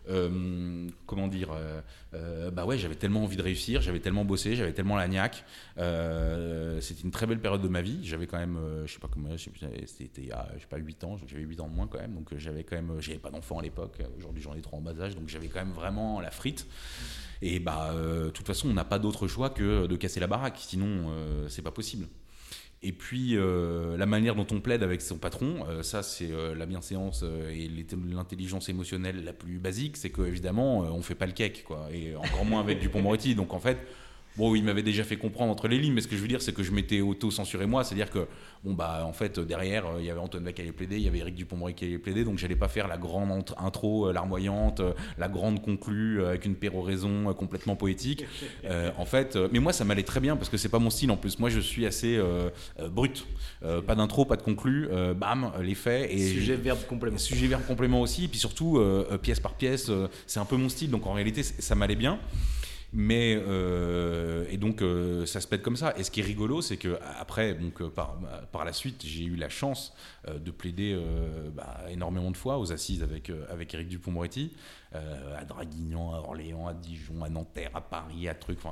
comment dire, j'avais tellement envie de réussir, j'avais tellement bossé, j'avais tellement la niaque. C'était une très belle période de ma vie. J'avais quand même, c'était il y a 8 ans, j'avais 8 ans de moins quand même, donc j'avais pas d'enfant à l'époque. Aujourd'hui j'en ai 3 en bas âge, donc j'avais quand même vraiment la frite. Et de toute façon, on n'a pas d'autre choix que de casser la baraque, sinon c'est pas possible. Et puis la manière dont on plaide avec son patron, ça c'est la bienséance et l'intelligence émotionnelle la plus basique, c'est qu'évidemment on fait pas le cake, quoi, et encore moins avec Dupond-Moretti. Donc en fait, bon, il m'avait déjà fait comprendre entre les lignes, mais ce que je veux dire, c'est que je m'étais auto-censuré moi, c'est-à-dire que en fait derrière il y avait Antoine Vac qui allait plaider, il y avait Éric Dupond-Moretti qui allait plaider, donc j'allais pas faire la grande intro larmoyante, la grande conclue avec une péroraison complètement poétique. En fait, mais moi ça m'allait très bien parce que c'est pas mon style en plus. Moi je suis assez brut, pas d'intro, pas de conclue, bam, les faits et sujet verbe complément aussi, et puis surtout pièce par pièce, c'est un peu mon style, donc en réalité ça m'allait bien. Mais et donc ça se pète comme ça. Et ce qui est rigolo, c'est que après, donc par la suite, j'ai eu la chance de plaider énormément de fois aux assises avec Éric Dupond-Moretti, à Draguignan, à Orléans, à Dijon, à Nanterre, à Paris,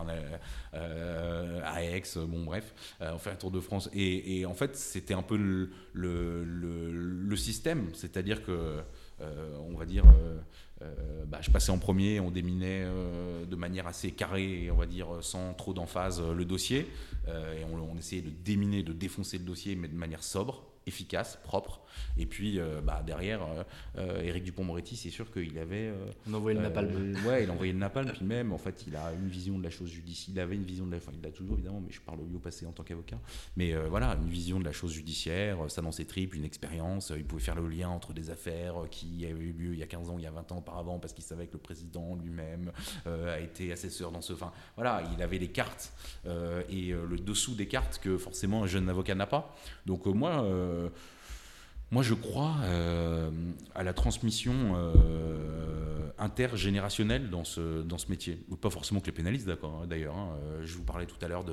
à Aix, bon bref, on fait un tour de France. Et en fait, c'était un peu le système, c'est-à-dire que on va dire. Je passais en premier, on déminait de manière assez carrée, on va dire sans trop d'emphase le dossier, et on essayait de déminer, de défoncer le dossier, mais de manière sobre, efficace, propre. Et puis derrière, Éric Dupond-Moretti, c'est sûr qu'il avait... on envoyait le napalm. Il envoyait le napalm, puis même, en fait, il a une vision de la chose judiciaire. Il avait une vision de la... Enfin, il l'a toujours, évidemment, mais je parle lui au passé en tant qu'avocat. Mais une vision de la chose judiciaire, ça dans ses tripes, une expérience. Il pouvait faire le lien entre des affaires qui avaient eu lieu il y a 15 ans, il y a 20 ans auparavant, parce qu'il savait que le président lui-même a été assesseur dans ce... Enfin, voilà, il avait les cartes et le dessous des cartes que forcément un jeune avocat n'a pas. Donc moi, je crois à la transmission intergénérationnelle dans ce métier. Pas forcément que les pénalistes, d'accord, d'ailleurs. Je vous parlais tout à l'heure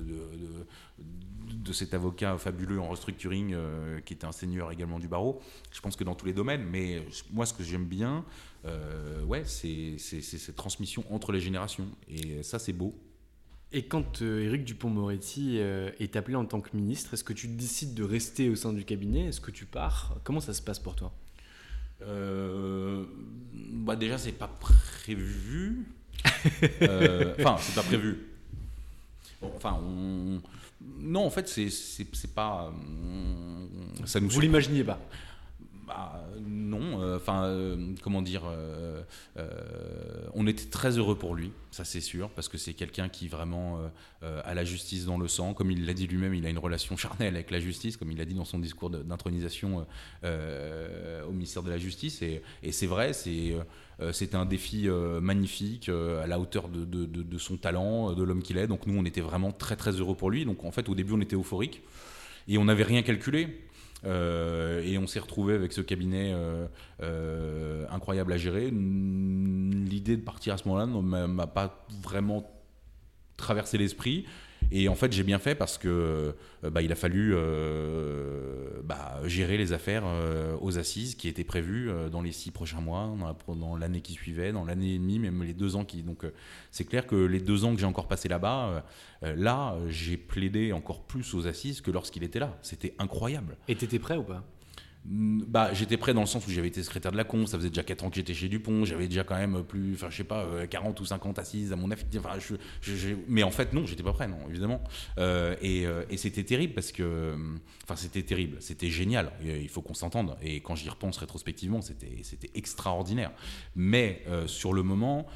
de cet avocat fabuleux en restructuring qui était un seigneur également du barreau. Je pense que dans tous les domaines, mais moi, ce que j'aime bien, c'est cette transmission entre les générations. Et ça, c'est beau. Et quand Éric Dupond-Moretti est appelé en tant que ministre, est-ce que tu décides de rester au sein du cabinet ? Est-ce que tu pars ? Comment ça se passe pour toi ? Déjà, c'est pas prévu. C'est pas prévu. Non, en fait, c'est pas... ça nous... Vous l'imaginez pas ? Non, comment dire, on était très heureux pour lui, ça c'est sûr, parce que c'est quelqu'un qui vraiment a la justice dans le sang, comme il l'a dit lui-même, il a une relation charnelle avec la justice, comme il l'a dit dans son discours d'intronisation au ministère de la Justice, et c'est vrai, c'était un défi magnifique, à la hauteur de son talent, de l'homme qu'il est, donc nous on était vraiment très très heureux pour lui, donc en fait au début on était euphorique, et on n'avait rien calculé. Et on s'est retrouvé avec ce cabinet incroyable à gérer. L'idée de partir à ce moment-là ne m'a pas vraiment traversé l'esprit. Et en fait, j'ai bien fait parce que il a fallu gérer les affaires aux assises qui étaient prévues dans les 6 prochains mois, dans l'année qui suivait, dans l'année et demie, même les 2 ans qui... Donc, c'est clair que les 2 ans que j'ai encore passé là-bas, j'ai plaidé encore plus aux assises que lorsqu'il était là. C'était incroyable. Et t'étais prêt ou pas ? J'étais prêt dans le sens où j'avais été secrétaire de la con, ça faisait déjà 4 ans que j'étais chez Dupond, j'avais déjà quand même 40 ou 50 assises à mon affectif, mais en fait non, j'étais pas prêt, non, évidemment, et c'était terrible parce que, c'était terrible, c'était génial, il faut qu'on s'entende, et quand j'y repense rétrospectivement, c'était extraordinaire, mais sur le moment,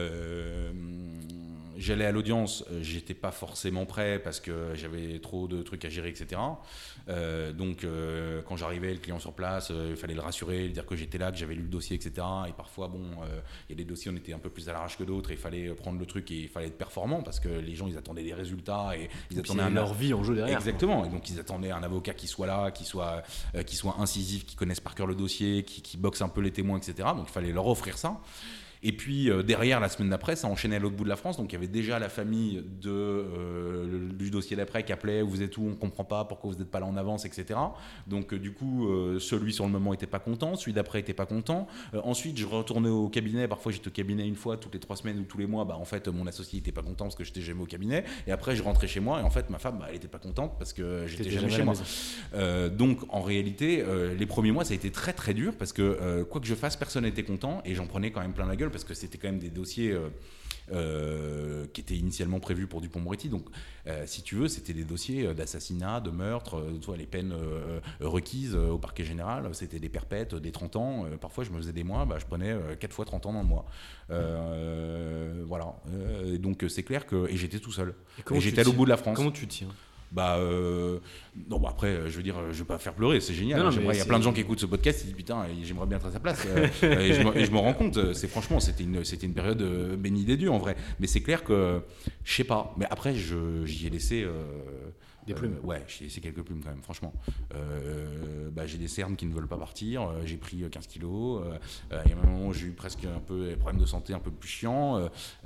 j'allais à l'audience, j'étais pas forcément prêt parce que j'avais trop de trucs à gérer, etc. Donc quand j'arrivais, le client sur place, il fallait le rassurer, lui dire que j'étais là, que j'avais lu le dossier, etc. Et parfois, il y a des dossiers, on était un peu plus à l'arrache que d'autres, et il fallait prendre le truc et il fallait être performant parce que les gens, ils attendaient des résultats et ils attendaient leur vie en jeu derrière. Exactement. Et donc ils attendaient un avocat qui soit là, qui soit incisif, qui connaisse par cœur le dossier, qui boxe un peu les témoins, etc. Donc il fallait leur offrir ça. Et puis derrière, la semaine d'après, ça enchaînait à l'autre bout de la France. Donc il y avait déjà la famille du du dossier d'après qui appelait, vous êtes où, on ne comprend pas, pourquoi vous n'êtes pas là en avance, etc. Donc du coup, celui sur le moment n'était pas content, celui d'après n'était pas content. Ensuite, je retournais au cabinet, parfois j'étais au cabinet une fois toutes les 3 semaines ou tous les mois, en fait mon associé n'était pas content parce que j'étais jamais au cabinet, et après je rentrais chez moi et en fait ma femme elle n'était pas contente parce que j'étais jamais chez moi. Donc en réalité, les premiers mois ça a été très très dur parce que quoi que je fasse, personne n'était content et j'en prenais quand même plein la gueule parce que c'était quand même des dossiers qui étaient initialement prévus pour Dupond-Moretti. Donc si tu veux, c'était des dossiers d'assassinat, de meurtre, les peines requises au parquet général, c'était des perpètes, des 30 ans. Parfois je me faisais des mois, je prenais 4 fois 30 ans dans le mois. Voilà. Donc c'est clair que... Et j'étais tout seul. Et j'étais à l'autre bout de la France. Comment tu tiens ? Non, après, je veux dire, je vais pas faire pleurer, c'est génial. Il y a plein de gens qui écoutent ce podcast, ils disent putain, j'aimerais bien être à sa place. Et je me rends compte, franchement, c'était une période bénie des dieux en vrai. Mais c'est clair que, je sais pas. Mais après, j'y ai laissé. Des plumes. Ouais, j'ai laissé quelques plumes quand même, franchement. J'ai des cernes qui ne veulent pas partir. J'ai pris 15 kilos. Il y a un moment où j'ai eu presque un peu des problèmes de santé un peu plus chiants.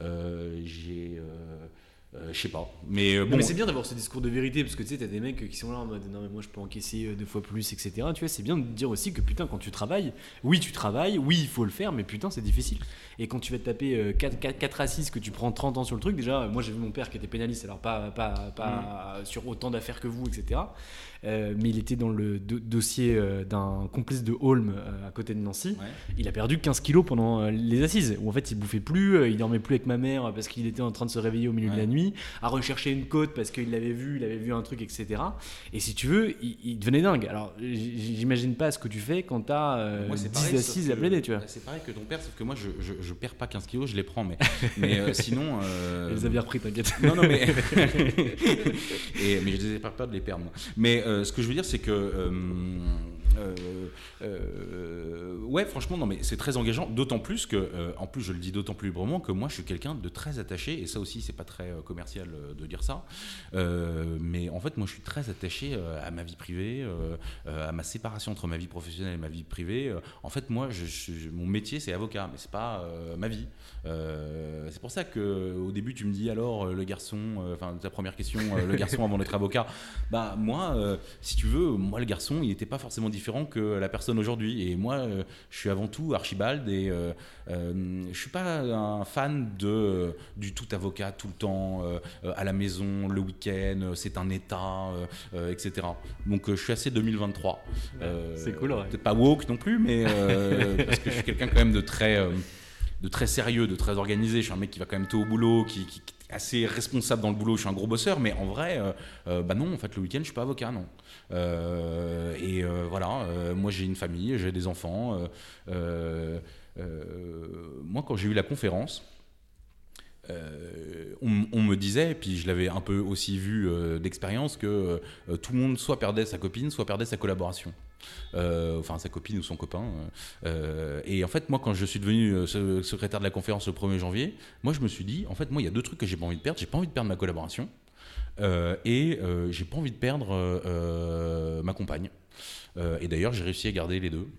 Je sais pas, mais bon. Mais c'est bien d'avoir ce discours de vérité parce que tu sais, t'as des mecs qui sont là en mode non, mais moi je peux encaisser 2 fois plus, etc. Tu vois, c'est bien de dire aussi que putain, quand tu travailles, oui, il faut le faire, mais putain, c'est difficile. Et quand tu vas te taper 4 assises, que tu prends 30 ans sur le truc, déjà, moi j'ai vu mon père qui était pénaliste, alors pas sur autant d'affaires que vous, etc. Mais il était dans le dossier d'un complice de Holm à côté de Nancy. Ouais. Il a perdu 15 kilos pendant les assises, où en fait il bouffait plus, il dormait plus avec ma mère parce qu'il était en train de se réveiller au milieu de la nuit, à rechercher une côte parce qu'il l'avait vu un truc, etc. Et si tu veux, il devenait dingue. Alors j'imagine pas ce que tu fais quand t'as 10 assises à plaider, tu vois. C'est pareil que ton père, sauf que moi je perds pas 15 kilos, je les prends, mais sinon... Elle les a bien repris, t'inquiète. Non, mais... mais je les ai pas peur de les perdre, moi. Mais ce que je veux dire, c'est que... ouais, franchement, non, mais c'est très engageant, d'autant plus que, en plus, je le dis d'autant plus librement que moi, je suis quelqu'un de très attaché, et ça aussi, c'est pas très commercial de dire ça, mais en fait, moi, je suis très attaché à ma vie privée, à ma séparation entre ma vie professionnelle et ma vie privée. En fait, moi, mon métier, c'est avocat, mais c'est pas ma vie. C'est pour ça qu'au début, tu me dis alors, le garçon, ta première question, le garçon avant d'être avocat, moi, si tu veux, moi, le garçon, il n'était pas forcément différent que la personne aujourd'hui. Et moi, je suis avant tout Archibald et je suis pas un fan du tout avocat tout le temps, à la maison, le week-end, c'est un état, etc. Donc je suis assez 2023. C'est cool, ouais. Peut-être pas woke non plus, mais parce que je suis quelqu'un quand même de très sérieux, de très organisé. Je suis un mec qui va quand même tôt au boulot, qui est assez responsable dans le boulot. Je suis un gros bosseur, mais en vrai, non, en fait, le week-end, je suis pas avocat, non. Voilà, moi j'ai une famille, j'ai des enfants. Moi, quand j'ai eu la conférence, on me disait, et puis je l'avais un peu aussi vu d'expérience, que tout le monde soit perdait sa copine, soit perdait sa collaboration. Sa copine ou son copain. Et en fait, moi, quand je suis devenu secrétaire de la conférence le 1er janvier, moi, je me suis dit, en fait, moi, il y a 2 trucs que j'ai pas envie de perdre. J'ai pas envie de perdre ma collaboration et j'ai pas envie de perdre ma compagne. Et d'ailleurs, j'ai réussi à garder les 2.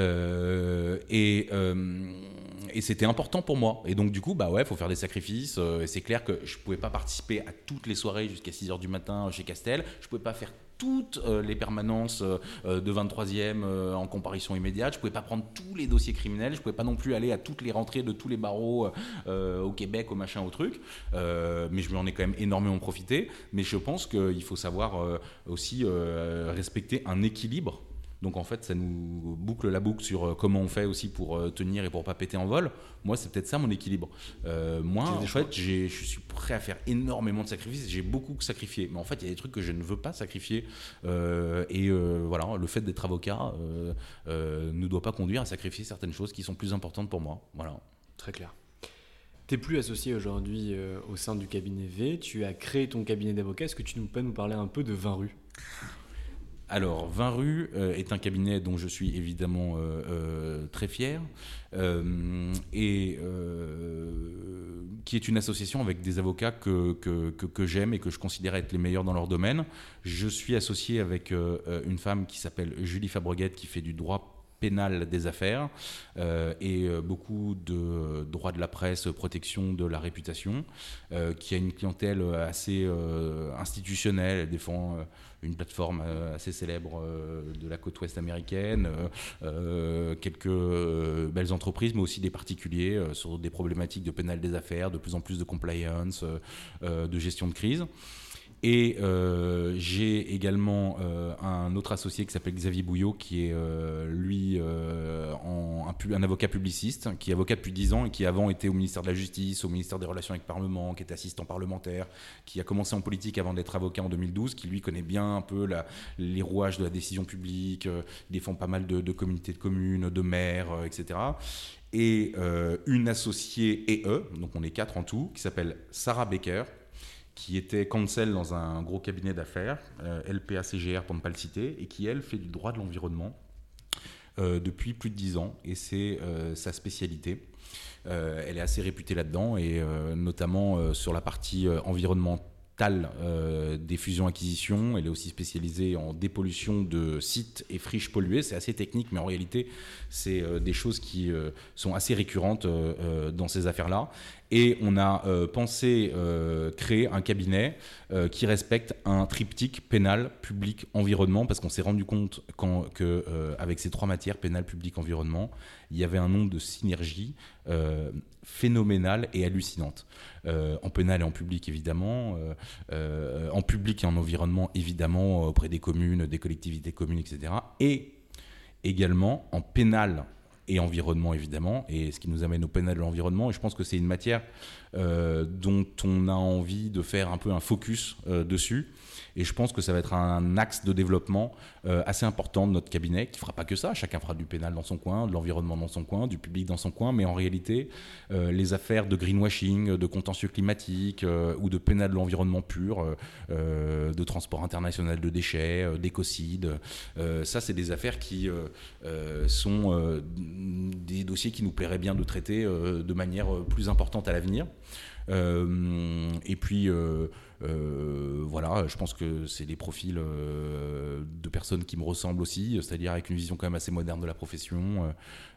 Et c'était important pour moi. Et donc, du coup, faut faire des sacrifices. Et c'est clair que je pouvais pas participer à toutes les soirées jusqu'à 6h du matin chez Castel. Je pouvais pas faire toutes les permanences de 23e en comparution immédiate. Je pouvais pas prendre tous les dossiers criminels. Je pouvais pas non plus aller à toutes les rentrées de tous les barreaux au Québec, au machin, au truc. Mais je m'en ai quand même énormément profité. Mais je pense qu'il faut savoir aussi respecter un équilibre. Donc en fait, ça nous boucle la boucle sur comment on fait aussi pour tenir et pour pas péter en vol. Moi, c'est peut-être ça mon équilibre. Moi, en fait, je suis prêt à faire énormément de sacrifices. J'ai beaucoup sacrifié. Mais en fait, il y a des trucs que je ne veux pas sacrifier. Voilà, le fait d'être avocat ne doit pas conduire à sacrifier certaines choses qui sont plus importantes pour moi. Voilà. Très clair. Tu n'es plus associé aujourd'hui au sein du cabinet V. Tu as créé ton cabinet d'avocat. Est-ce que tu peux nous parler un peu de 20 rues ? Alors, 20 rues est un cabinet dont je suis évidemment très fier et qui est une association avec des avocats que j'aime et que je considère être les meilleurs dans leur domaine. Je suis associé avec une femme qui s'appelle Julie Fabreguette qui fait du droit pénal des affaires et beaucoup de droit de la presse, protection de la réputation, qui a une clientèle assez institutionnelle. Elle défend une plateforme assez célèbre de la côte ouest américaine, quelques belles entreprises, mais aussi des particuliers sur des problématiques de pénal des affaires, de plus en plus de compliance, de gestion de crise. Et j'ai également un autre associé qui s'appelle Xavier Bouillot, qui est lui un avocat publiciste, qui est avocat depuis 10 ans et qui avant était au ministère de la Justice, au ministère des Relations avec le Parlement, qui était assistant parlementaire, qui a commencé en politique avant d'être avocat en 2012, qui lui connaît bien un peu les rouages de la décision publique, il défend pas mal de communautés de communes, de maires, etc. Et une associée donc on est 4 en tout, qui s'appelle Sarah Baker, qui était counsel dans un gros cabinet d'affaires, LPA-CGR pour ne pas le citer, et qui, elle, fait du droit de l'environnement depuis plus de 10 ans, et c'est sa spécialité. Elle est assez réputée là-dedans, et notamment sur la partie environnementale des fusions-acquisitions. Elle est aussi spécialisée en dépollution de sites et friches polluées. C'est assez technique, mais en réalité, c'est des choses qui sont assez récurrentes dans ces affaires-là. Et on a pensé créer un cabinet qui respecte un triptyque pénal, public, environnement, parce qu'on s'est rendu compte qu'avec ces 3 matières, pénal, public, environnement, il y avait un nombre de synergies phénoménales et hallucinantes. En pénal et en public, évidemment, en public et en environnement, évidemment, auprès des communes, des collectivités communes, etc. Et également en pénal et environnement, évidemment, et ce qui nous amène au pénal de l'environnement. Et je pense que c'est une matière dont on a envie de faire un peu un focus dessus. Et je pense que ça va être un axe de développement assez important de notre cabinet, qui ne fera pas que ça. Chacun fera du pénal dans son coin, de l'environnement dans son coin, du public dans son coin. Mais en réalité, les affaires de greenwashing, de contentieux climatique ou de pénal de l'environnement pur, de transport international de déchets, d'écocides, ça, c'est des affaires qui sont des dossiers qui nous plairait bien de traiter de manière plus importante à l'avenir. Et puis voilà, je pense que c'est des profils de personnes qui me ressemblent aussi, c'est-à-dire avec une vision quand même assez moderne de la profession,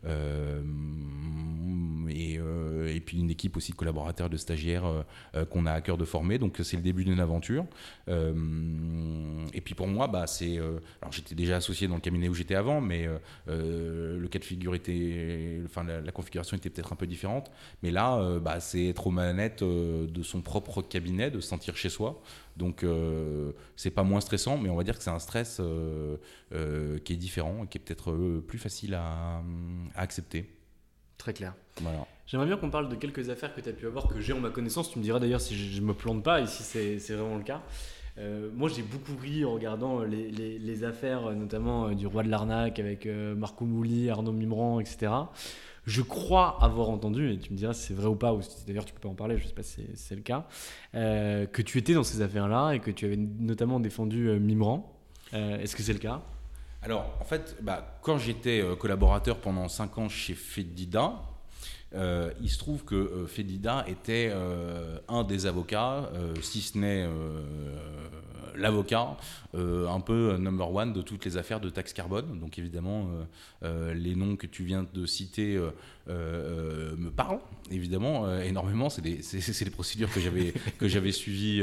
et puis une équipe aussi de collaborateurs, de stagiaires qu'on a à cœur de former. Donc c'est le début d'une aventure. Et puis pour moi, alors j'étais déjà associé dans le cabinet où j'étais avant, mais le cas de figure la configuration était peut-être un peu différente. Mais là, c'est être aux manettes de son propre cabinet, de se sentir chez soi. Donc c'est pas moins stressant, mais on va dire que c'est un stress qui est différent et qui est peut-être plus facile à accepter. Très clair. Voilà. J'aimerais bien qu'on parle de quelques affaires que tu as pu avoir, que j'ai en ma connaissance. Tu me diras d'ailleurs si je me plante pas et si c'est vraiment le cas. Moi, j'ai beaucoup ri en regardant les affaires, notamment du roi de l'arnaque avec Marco Mouli, Arnaud Mimran, etc. Je crois avoir entendu, et tu me diras si c'est vrai ou pas, ou si d'ailleurs tu peux pas en parler, je sais pas si c'est le cas, que tu étais dans ces affaires-là et que tu avais notamment défendu Mimran. Est-ce que c'est le cas ? Alors, en fait, quand j'étais collaborateur pendant 5 ans chez Fedida, il se trouve que Fedida était un des avocats, si ce n'est l'avocat, un peu number one de toutes les affaires de taxe carbone. Donc évidemment, les noms que tu viens de citer me parlent, évidemment, énormément. C'est les procédures que j'avais suivies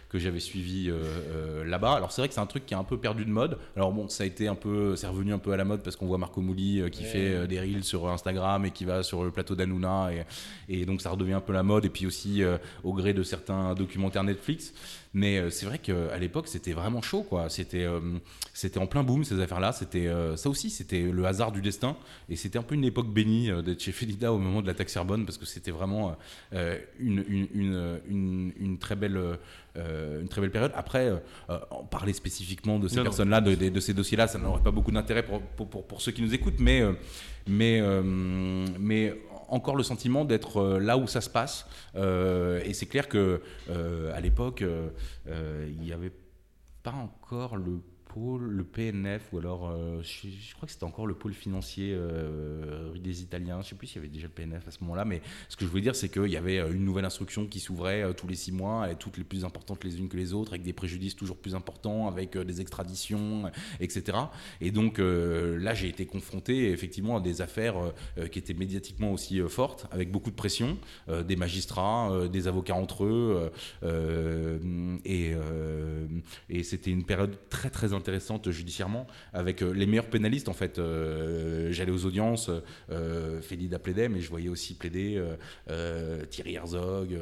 là-bas. Alors c'est vrai que c'est un truc qui est un peu perdu de mode. Alors bon, c'est revenu un peu à la mode parce qu'on voit Marco Mouli qui fait des reels sur Instagram et qui va sur le plateau d'Hanouna, et donc ça redevient un peu la mode, et puis aussi au gré de certains documentaires Netflix. Mais c'est vrai qu'à l'époque c'était vraiment chaud, quoi. C'était en plein boom, ces affaires-là. Ça aussi, c'était le hasard du destin, et c'était un peu une époque bénie d'être chez Fedida au moment de la taxe carbone, parce que c'était vraiment une très belle période. Après, parler spécifiquement de ces personnes-là, de ces dossiers-là, ça n'aurait pas beaucoup d'intérêt pour ceux qui nous écoutent, mais encore le sentiment d'être là où ça se passe, et c'est clair que à l'époque il n'y avait pas encore le pôle, le PNF, ou alors je crois que c'était encore le pôle financier rue des Italiens. Je ne sais plus s'il y avait déjà le PNF à ce moment-là, mais ce que je voulais dire, c'est qu'il y avait une nouvelle instruction qui s'ouvrait tous les 6 mois, et toutes les plus importantes les unes que les autres, avec des préjudices toujours plus importants, avec des extraditions, etc. Et donc là, j'ai été confronté effectivement à des affaires qui étaient médiatiquement aussi fortes, avec beaucoup de pression, des magistrats, des avocats entre eux, et c'était une période très très intéressante judiciairement, avec les meilleurs pénalistes en fait. J'allais aux audiences, Félida plaidait, mais je voyais aussi plaider Thierry Herzog,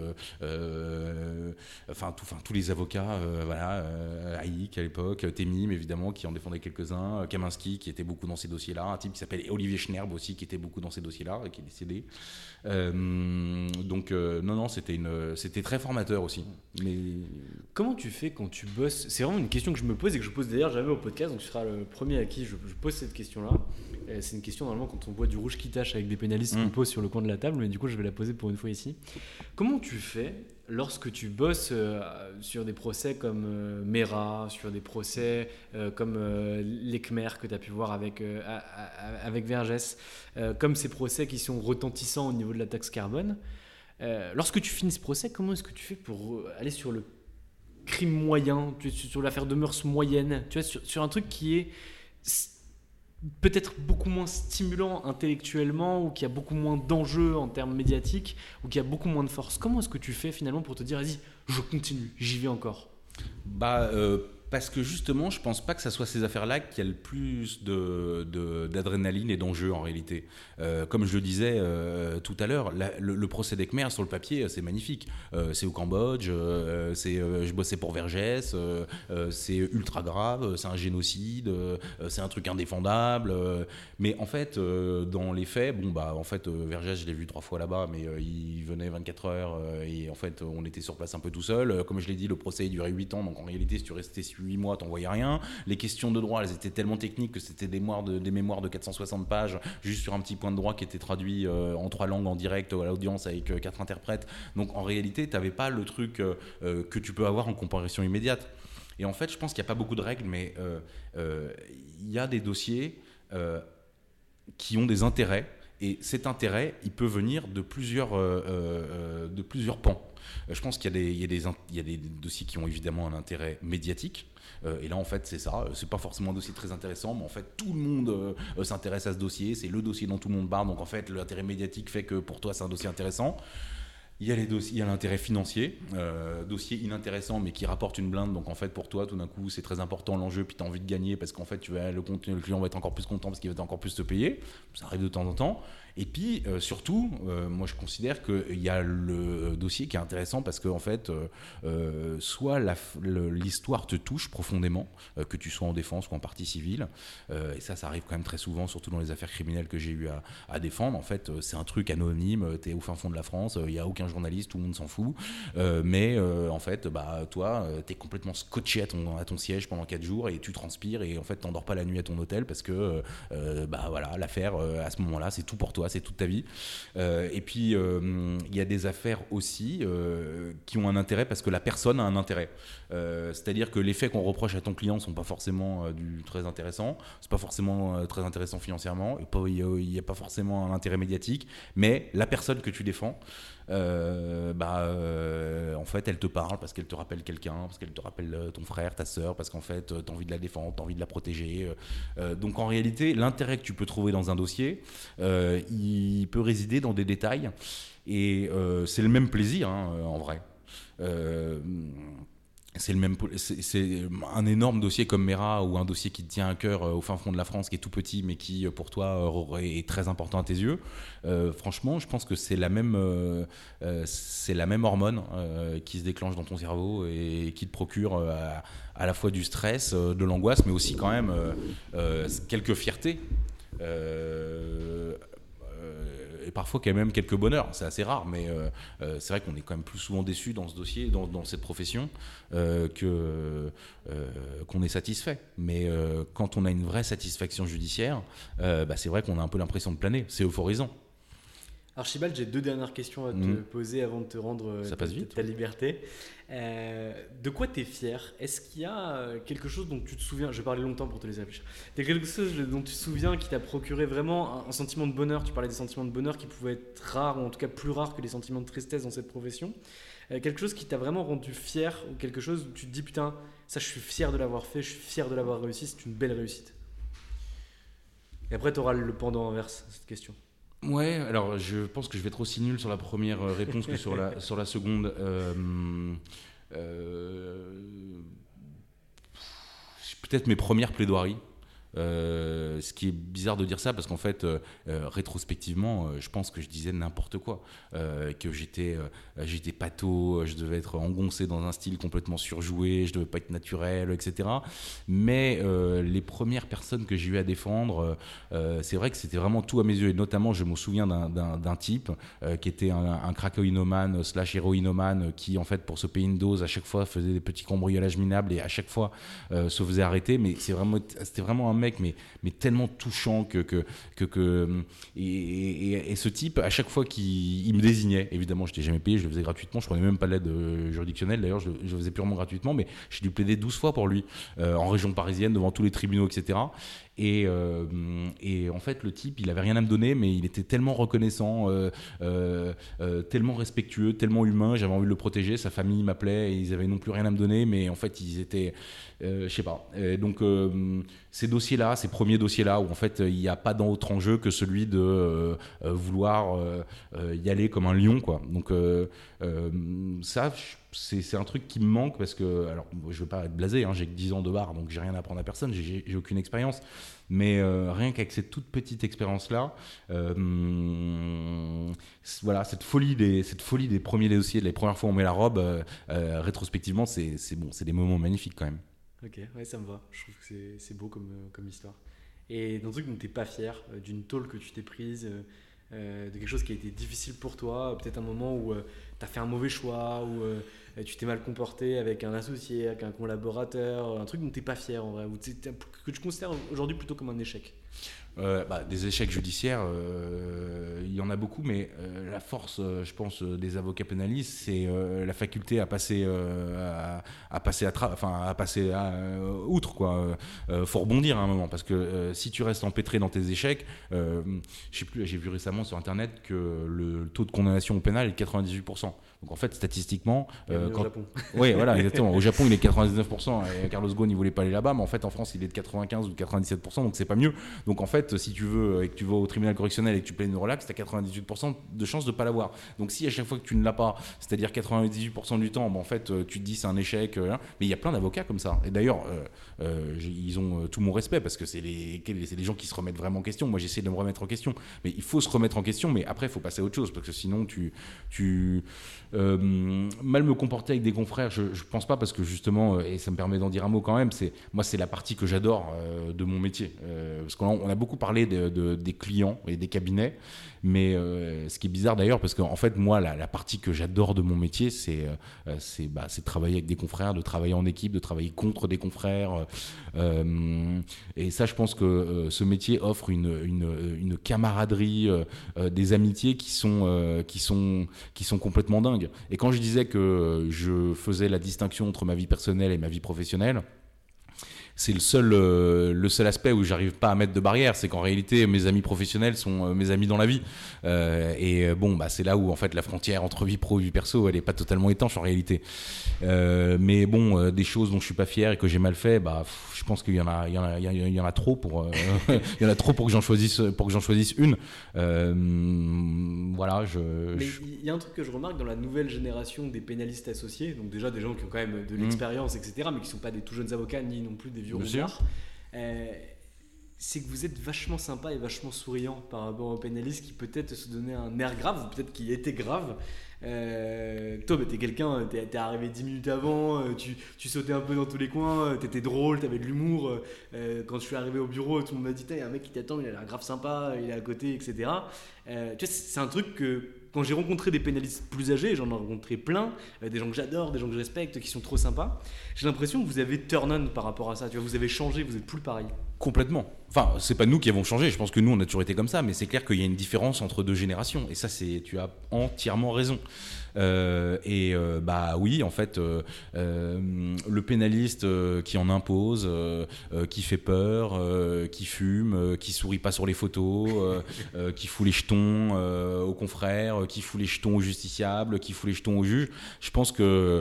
tous les avocats, Haïk à l'époque, Temim évidemment qui en défendait quelques-uns, Kaminski qui était beaucoup dans ces dossiers-là, un type qui s'appelle Olivier Schnerb aussi qui était beaucoup dans ces dossiers-là et qui est décédé. Non, c'était très formateur aussi. Mais comment tu fais quand tu bosses? C'est vraiment une question que je me pose et que je pose d'ailleurs jamais au podcast, donc tu seras le premier à qui je pose cette question-là. C'est une question normalement quand on boit du rouge qui tâche avec des pénalistes qu'on pose sur le coin de la table, mais du coup je vais la poser pour une fois ici. Comment tu fais lorsque tu bosses sur des procès comme Mera, sur des procès comme l'ECMER que tu as pu voir avec Vergès, comme ces procès qui sont retentissants au niveau de la taxe carbone, lorsque tu finis ce procès, comment est-ce que tu fais pour aller sur le crime moyen, sur l'affaire de mœurs moyenne, tu vois, sur un truc qui est peut-être beaucoup moins stimulant intellectuellement, ou qui a beaucoup moins d'enjeux en termes médiatiques, ou qui a beaucoup moins de force? Comment est-ce que tu fais finalement pour te dire vas-y, je continue, j'y vais encore? Parce que justement, je pense pas que ça soit ces affaires-là qui a le plus d'adrénaline et d'enjeux en réalité. Comme je le disais tout à l'heure, le procès d'Ecmer sur le papier, c'est magnifique. C'est au Cambodge, je bossais pour Vergès, c'est ultra grave, c'est un génocide, c'est un truc indéfendable. Mais en fait, dans les faits, Vergès, je l'ai vu 3 fois là-bas, mais il venait 24 heures et en fait, on était sur place un peu tout seul. Comme je l'ai dit, le procès il durait 8 ans, donc en réalité, si tu restais 8 mois, t'en voyais rien. Les questions de droit, elles étaient tellement techniques que c'était des mémoires de 460 pages, juste sur un petit point de droit qui était traduit en 3 langues en direct à l'audience avec 4 interprètes. Donc en réalité, t'avais pas le truc que tu peux avoir en comparaison immédiate. Et en fait, je pense qu'il n'y a pas beaucoup de règles, mais il y a des dossiers qui ont des intérêts. Et cet intérêt, il peut venir de plusieurs pans. Je pense qu'il y a des dossiers qui ont évidemment un intérêt médiatique. Et là, en fait, c'est ça. C'est pas forcément un dossier très intéressant, mais en fait, tout le monde s'intéresse à ce dossier. C'est le dossier dont tout le monde parle. Donc, en fait, l'intérêt médiatique fait que pour toi, c'est un dossier intéressant. Il y a l'intérêt financier, dossier inintéressant mais qui rapporte une blinde, donc en fait pour toi tout d'un coup c'est très important l'enjeu, puis tu as envie de gagner parce qu'en fait le client va être encore plus content parce qu'il va encore plus te payer, ça arrive de temps en temps. Et puis surtout, moi je considère qu'il y a le dossier qui est intéressant parce que en fait, soit l'histoire te touche profondément, que tu sois en défense ou en partie civile, et ça arrive quand même très souvent, surtout dans les affaires criminelles que j'ai eu à défendre. En fait, c'est un truc anonyme, t'es au fin fond de la France, il n'y a aucun journaliste, tout le monde s'en fout, mais en fait, toi, t'es complètement scotché à ton siège pendant 4 jours et tu transpires et en fait, t'endors pas la nuit à ton hôtel parce que l'affaire à ce moment-là, c'est tout pour toi. C'est toute ta vie. Et puis, il y a des affaires aussi qui ont un intérêt parce que la personne a un intérêt. C'est-à-dire que les faits qu'on reproche à ton client ne sont pas forcément très intéressants. C'est pas forcément très intéressant financièrement. Il n'y a pas forcément un intérêt médiatique. Mais la personne que tu défends, en fait, elle te parle parce qu'elle te rappelle quelqu'un, parce qu'elle te rappelle ton frère, ta sœur, parce qu'en fait, tu as envie de la défendre, tu as envie de la protéger. Donc, en réalité, l'intérêt que tu peux trouver dans un dossier, il peut résider dans des détails et c'est le même plaisir en vrai. C'est un énorme dossier comme Mera ou un dossier qui te tient à cœur au fin fond de la France, qui est tout petit mais qui pour toi est très important à tes yeux. Franchement, je pense que c'est la même hormone qui se déclenche dans ton cerveau et qui te procure à la fois du stress, de l'angoisse, mais aussi quand même quelques fiertés. Et parfois quand même quelques bonheurs, c'est assez rare, mais c'est vrai qu'on est quand même plus souvent déçu dans ce dossier, dans cette profession, qu'on est satisfait. Mais quand on a une vraie satisfaction judiciaire, c'est vrai qu'on a un peu l'impression de planer, c'est euphorisant. Archibald, j'ai 2 dernières questions à te poser avant de te rendre Ça passe vite. ta liberté. De quoi tu es fier ? Est-ce qu'il y a quelque chose dont tu te souviens ? Je vais parler longtemps pour te laisser réfléchir. Il y a quelque chose dont tu te souviens qui t'a procuré vraiment un sentiment de bonheur ? Tu parlais des sentiments de bonheur qui pouvaient être rares, ou en tout cas plus rares que les sentiments de tristesse dans cette profession. Quelque chose qui t'a vraiment rendu fier, ou quelque chose où tu te dis putain, ça je suis fier de l'avoir fait, je suis fier de l'avoir réussi, c'est une belle réussite. Et après tu auras le pendant inverse à cette question. Ouais, alors je pense que je vais être aussi nul sur la première réponse que sur la seconde. Peut-être mes premières plaidoiries. Ce qui est bizarre de dire ça parce qu'en fait rétrospectivement je pense que je disais n'importe quoi, que j'étais pâteau, je devais être engoncé dans un style complètement surjoué, je devais pas être naturel, etc. Mais les premières personnes que j'ai eu à défendre, c'est vrai que c'était vraiment tout à mes yeux, et notamment je me souviens d'un type qui était un cracoïnomane / héroïnomane qui en fait pour se payer une dose à chaque fois faisait des petits cambriolages minables et à chaque fois se faisait arrêter, mais c'était vraiment un mec mais tellement touchant et ce type à chaque fois qu'il me désignait, évidemment je n'étais jamais payé, je le faisais gratuitement, je prenais même pas l'aide juridictionnelle d'ailleurs, je le faisais purement gratuitement, mais j'ai dû plaider 12 fois pour lui en région parisienne devant tous les tribunaux, etc. Et en fait le type il avait rien à me donner, mais il était tellement reconnaissant, tellement respectueux, tellement humain, j'avais envie de le protéger, sa famille m'appelait et ils avaient non plus rien à me donner, mais en fait ils étaient je sais pas, donc ces dossiers-là, ces premiers dossiers-là où en fait il n'y a pas d'autre enjeu que celui de vouloir y aller comme un lion, quoi. Donc ça c'est un truc qui me manque parce que, alors je veux pas être blasé, hein, j'ai que 10 ans de bar donc j'ai rien à apprendre à personne, j'ai aucune expérience, mais rien qu'avec cette toute petite expérience là, voilà, cette folie des premiers dossiers, les premières fois où on met la robe, rétrospectivement c'est bon, c'est des moments magnifiques quand même. Ok, ouais, ça me va, je trouve que c'est beau comme histoire. Et d'un truc dont t'es pas fier, d'une tôle que tu t'es prise, de quelque chose qui a été difficile pour toi, peut-être un moment où tu as fait un mauvais choix, où tu t'es mal comporté avec un associé, avec un collaborateur, un truc dont tu n'es pas fier en vrai, ou que tu considères aujourd'hui plutôt comme un échec. Des échecs judiciaires, il y en a beaucoup, mais la force, je pense, des avocats pénalistes, c'est la faculté à passer outre, quoi. Faut rebondir à un moment, parce que si tu restes empêtré dans tes échecs, je sais plus, j'ai vu récemment sur internet que le taux de condamnation au pénal est de 98%. Donc en fait, statistiquement, au Japon. Oui, voilà, exactement. Au Japon, il est de 99%. Et Carlos Ghosn, il voulait pas aller là-bas, mais en fait, en France, il est de 95 ou de 97%, donc c'est pas mieux. Donc en fait, si tu veux et que tu vas au tribunal correctionnel et que tu plaides une relax, tu as 98% de chances de pas l'avoir. Donc si à chaque fois que tu ne l'as pas, c'est-à-dire 98% du temps, en fait, tu te dis c'est un échec. Mais il y a plein d'avocats comme ça. Et d'ailleurs, ils ont tout mon respect parce que c'est les gens qui se remettent vraiment en question. Moi, j'essaie de me remettre en question, mais il faut se remettre en question. Mais après, il faut passer à autre chose parce que sinon, mal me comporter avec des confrères, je pense pas, parce que justement, et ça me permet d'en dire un mot quand même, c'est la partie que j'adore de mon métier, parce qu'on a beaucoup parlé des clients et des cabinets, mais ce qui est bizarre d'ailleurs, parce qu'en fait moi la partie que j'adore de mon métier, c'est de travailler avec des confrères, de travailler en équipe, de travailler contre des confrères, et ça je pense que ce métier offre une camaraderie, des amitiés qui sont complètement dingues. Et quand je disais que je faisais la distinction entre ma vie personnelle et ma vie professionnelle, c'est le seul aspect où j'arrive pas à mettre de barrière, c'est qu'en réalité mes amis professionnels sont mes amis dans la vie, et bon c'est là où en fait la frontière entre vie pro et vie perso elle est pas totalement étanche en réalité, mais bon, des choses dont je suis pas fier et que j'ai mal fait, je pense qu'il y en a trop pour il y en a trop pour que j'en choisisse une, voilà. Mais il y a un truc que je remarque dans la nouvelle génération des pénalistes associés, donc déjà des gens qui ont quand même de l'expérience, etc., mais qui sont pas des tout jeunes avocats ni non plus des vieux rougards, c'est que vous êtes vachement sympa et vachement souriant par rapport aux pénalistes qui peut-être se donnaient un air grave, ou peut-être qui était grave. Toi, t'es quelqu'un, t'es arrivé 10 minutes avant, tu sautais un peu dans tous les coins, t'étais drôle, t'avais de l'humour. Quand je suis arrivé au bureau, tout le monde m'a dit il y a un mec qui t'attend, il a l'air grave sympa, il est à côté, etc. Tu vois, c'est un truc que quand j'ai rencontré des pénalistes plus âgés, j'en ai rencontré plein, des gens que j'adore, des gens que je respecte, qui sont trop sympas, j'ai l'impression que vous avez turn on par rapport à ça, tu vois, vous avez changé, vous êtes plus pareil. Complètement. Enfin, c'est pas nous qui avons changé, je pense que nous on a toujours été comme ça, mais c'est clair qu'il y a une différence entre 2 générations, et ça tu as entièrement raison. Oui, en fait, le pénaliste qui en impose, qui fait peur, qui fume, qui sourit pas sur les photos, qui fout les jetons aux confrères, qui fout les jetons aux justiciables, qui fout les jetons aux juges, je pense que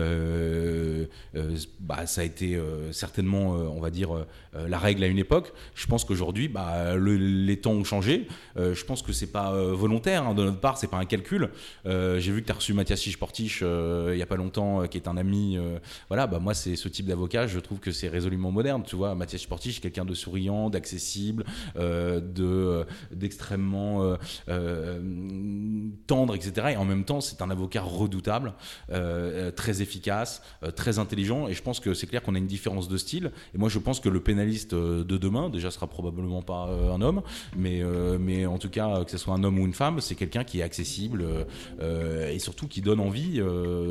ça a été certainement, on va dire, la règle à une époque. Je pense qu'aujourd'hui, les temps ont changé. Je pense que c'est pas volontaire, hein, de notre part, c'est pas un calcul. J'ai vu que tu as reçu Mathias Chiche-Portiche il y a pas longtemps, qui est un ami. Moi, c'est ce type d'avocat, je trouve que c'est résolument moderne. Tu vois, Mathias Chiche-Portiche, quelqu'un de souriant, d'accessible, d'extrêmement tendre, etc. Et en même temps, c'est un avocat redoutable, très efficace, très intelligent. Et je pense que c'est clair qu'on a une différence de style. Et moi, je pense que le pénaliste de demain, déjà, sera probablement pas un homme, mais en tout cas, que ce soit un homme ou une femme, c'est quelqu'un qui est accessible et surtout qui donne envie,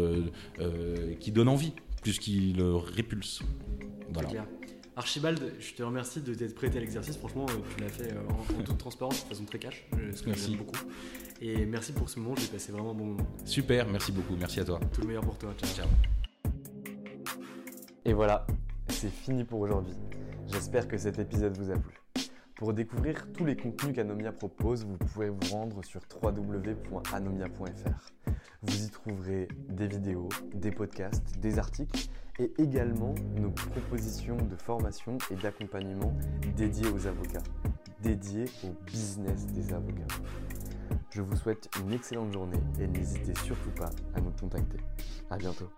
plus qu'il répulse. Voilà. Archibald, je te remercie de t'être prêté à l'exercice. Franchement, tu l'as fait en toute transparence, de façon très cash, ce que j'aime beaucoup. Et merci pour ce moment, j'ai passé vraiment un bon moment. Super, merci beaucoup, merci à toi. Tout le meilleur pour toi, ciao. Et voilà, c'est fini pour aujourd'hui. J'espère que cet épisode vous a plu. Pour découvrir tous les contenus qu'Anomia propose, vous pouvez vous rendre sur www.anomia.fr. Vous y trouverez des vidéos, des podcasts, des articles et également nos propositions de formation et d'accompagnement dédiées aux avocats, dédiées au business des avocats. Je vous souhaite une excellente journée et n'hésitez surtout pas à nous contacter. À bientôt.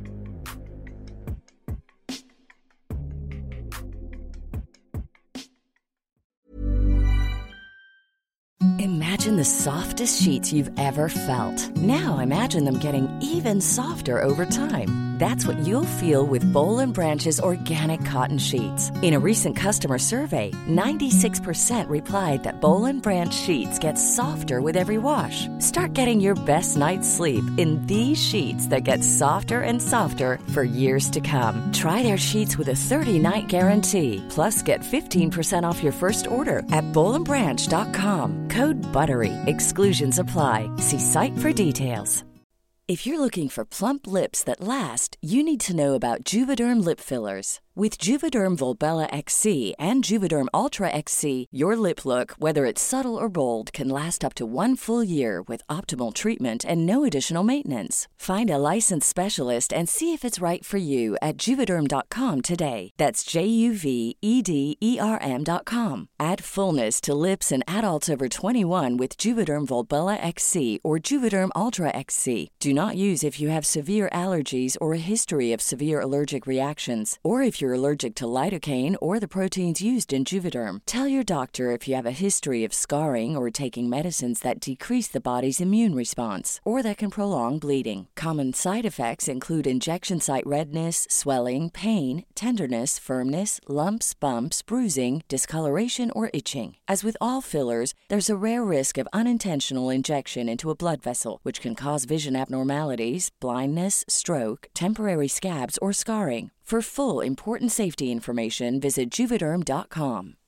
Imagine the softest sheets you've ever felt. Now imagine them getting even softer over time. That's what you'll feel with Boll & Branch's organic cotton sheets. In a recent customer survey, 96% replied that Boll & Branch sheets get softer with every wash. Start getting your best night's sleep in these sheets that get softer and softer for years to come. Try their sheets with a 30-night guarantee. Plus, get 15% off your first order at bollandbranch.com. Code BUTTERY. Exclusions apply. See site for details. If you're looking for plump lips that last, you need to know about Juvederm lip fillers. With Juvederm Volbella XC and Juvederm Ultra XC, your lip look, whether it's subtle or bold, can last up to 1 full year with optimal treatment and no additional maintenance. Find a licensed specialist and see if it's right for you at Juvederm.com today. That's JUVEDERM.com. Add fullness to lips in adults over 21 with Juvederm Volbella XC or Juvederm Ultra XC. Do not use if you have severe allergies or a history of severe allergic reactions, or if you're allergic to lidocaine or the proteins used in Juvederm. Tell your doctor if you have a history of scarring or taking medicines that decrease the body's immune response or that can prolong bleeding. Common side effects include injection site redness, swelling, pain, tenderness, firmness, lumps, bumps, bruising, discoloration, or itching. As with all fillers, there's a rare risk of unintentional injection into a blood vessel, which can cause vision abnormalities, blindness, stroke, temporary scabs, or scarring. For full important safety information, visit Juvederm.com.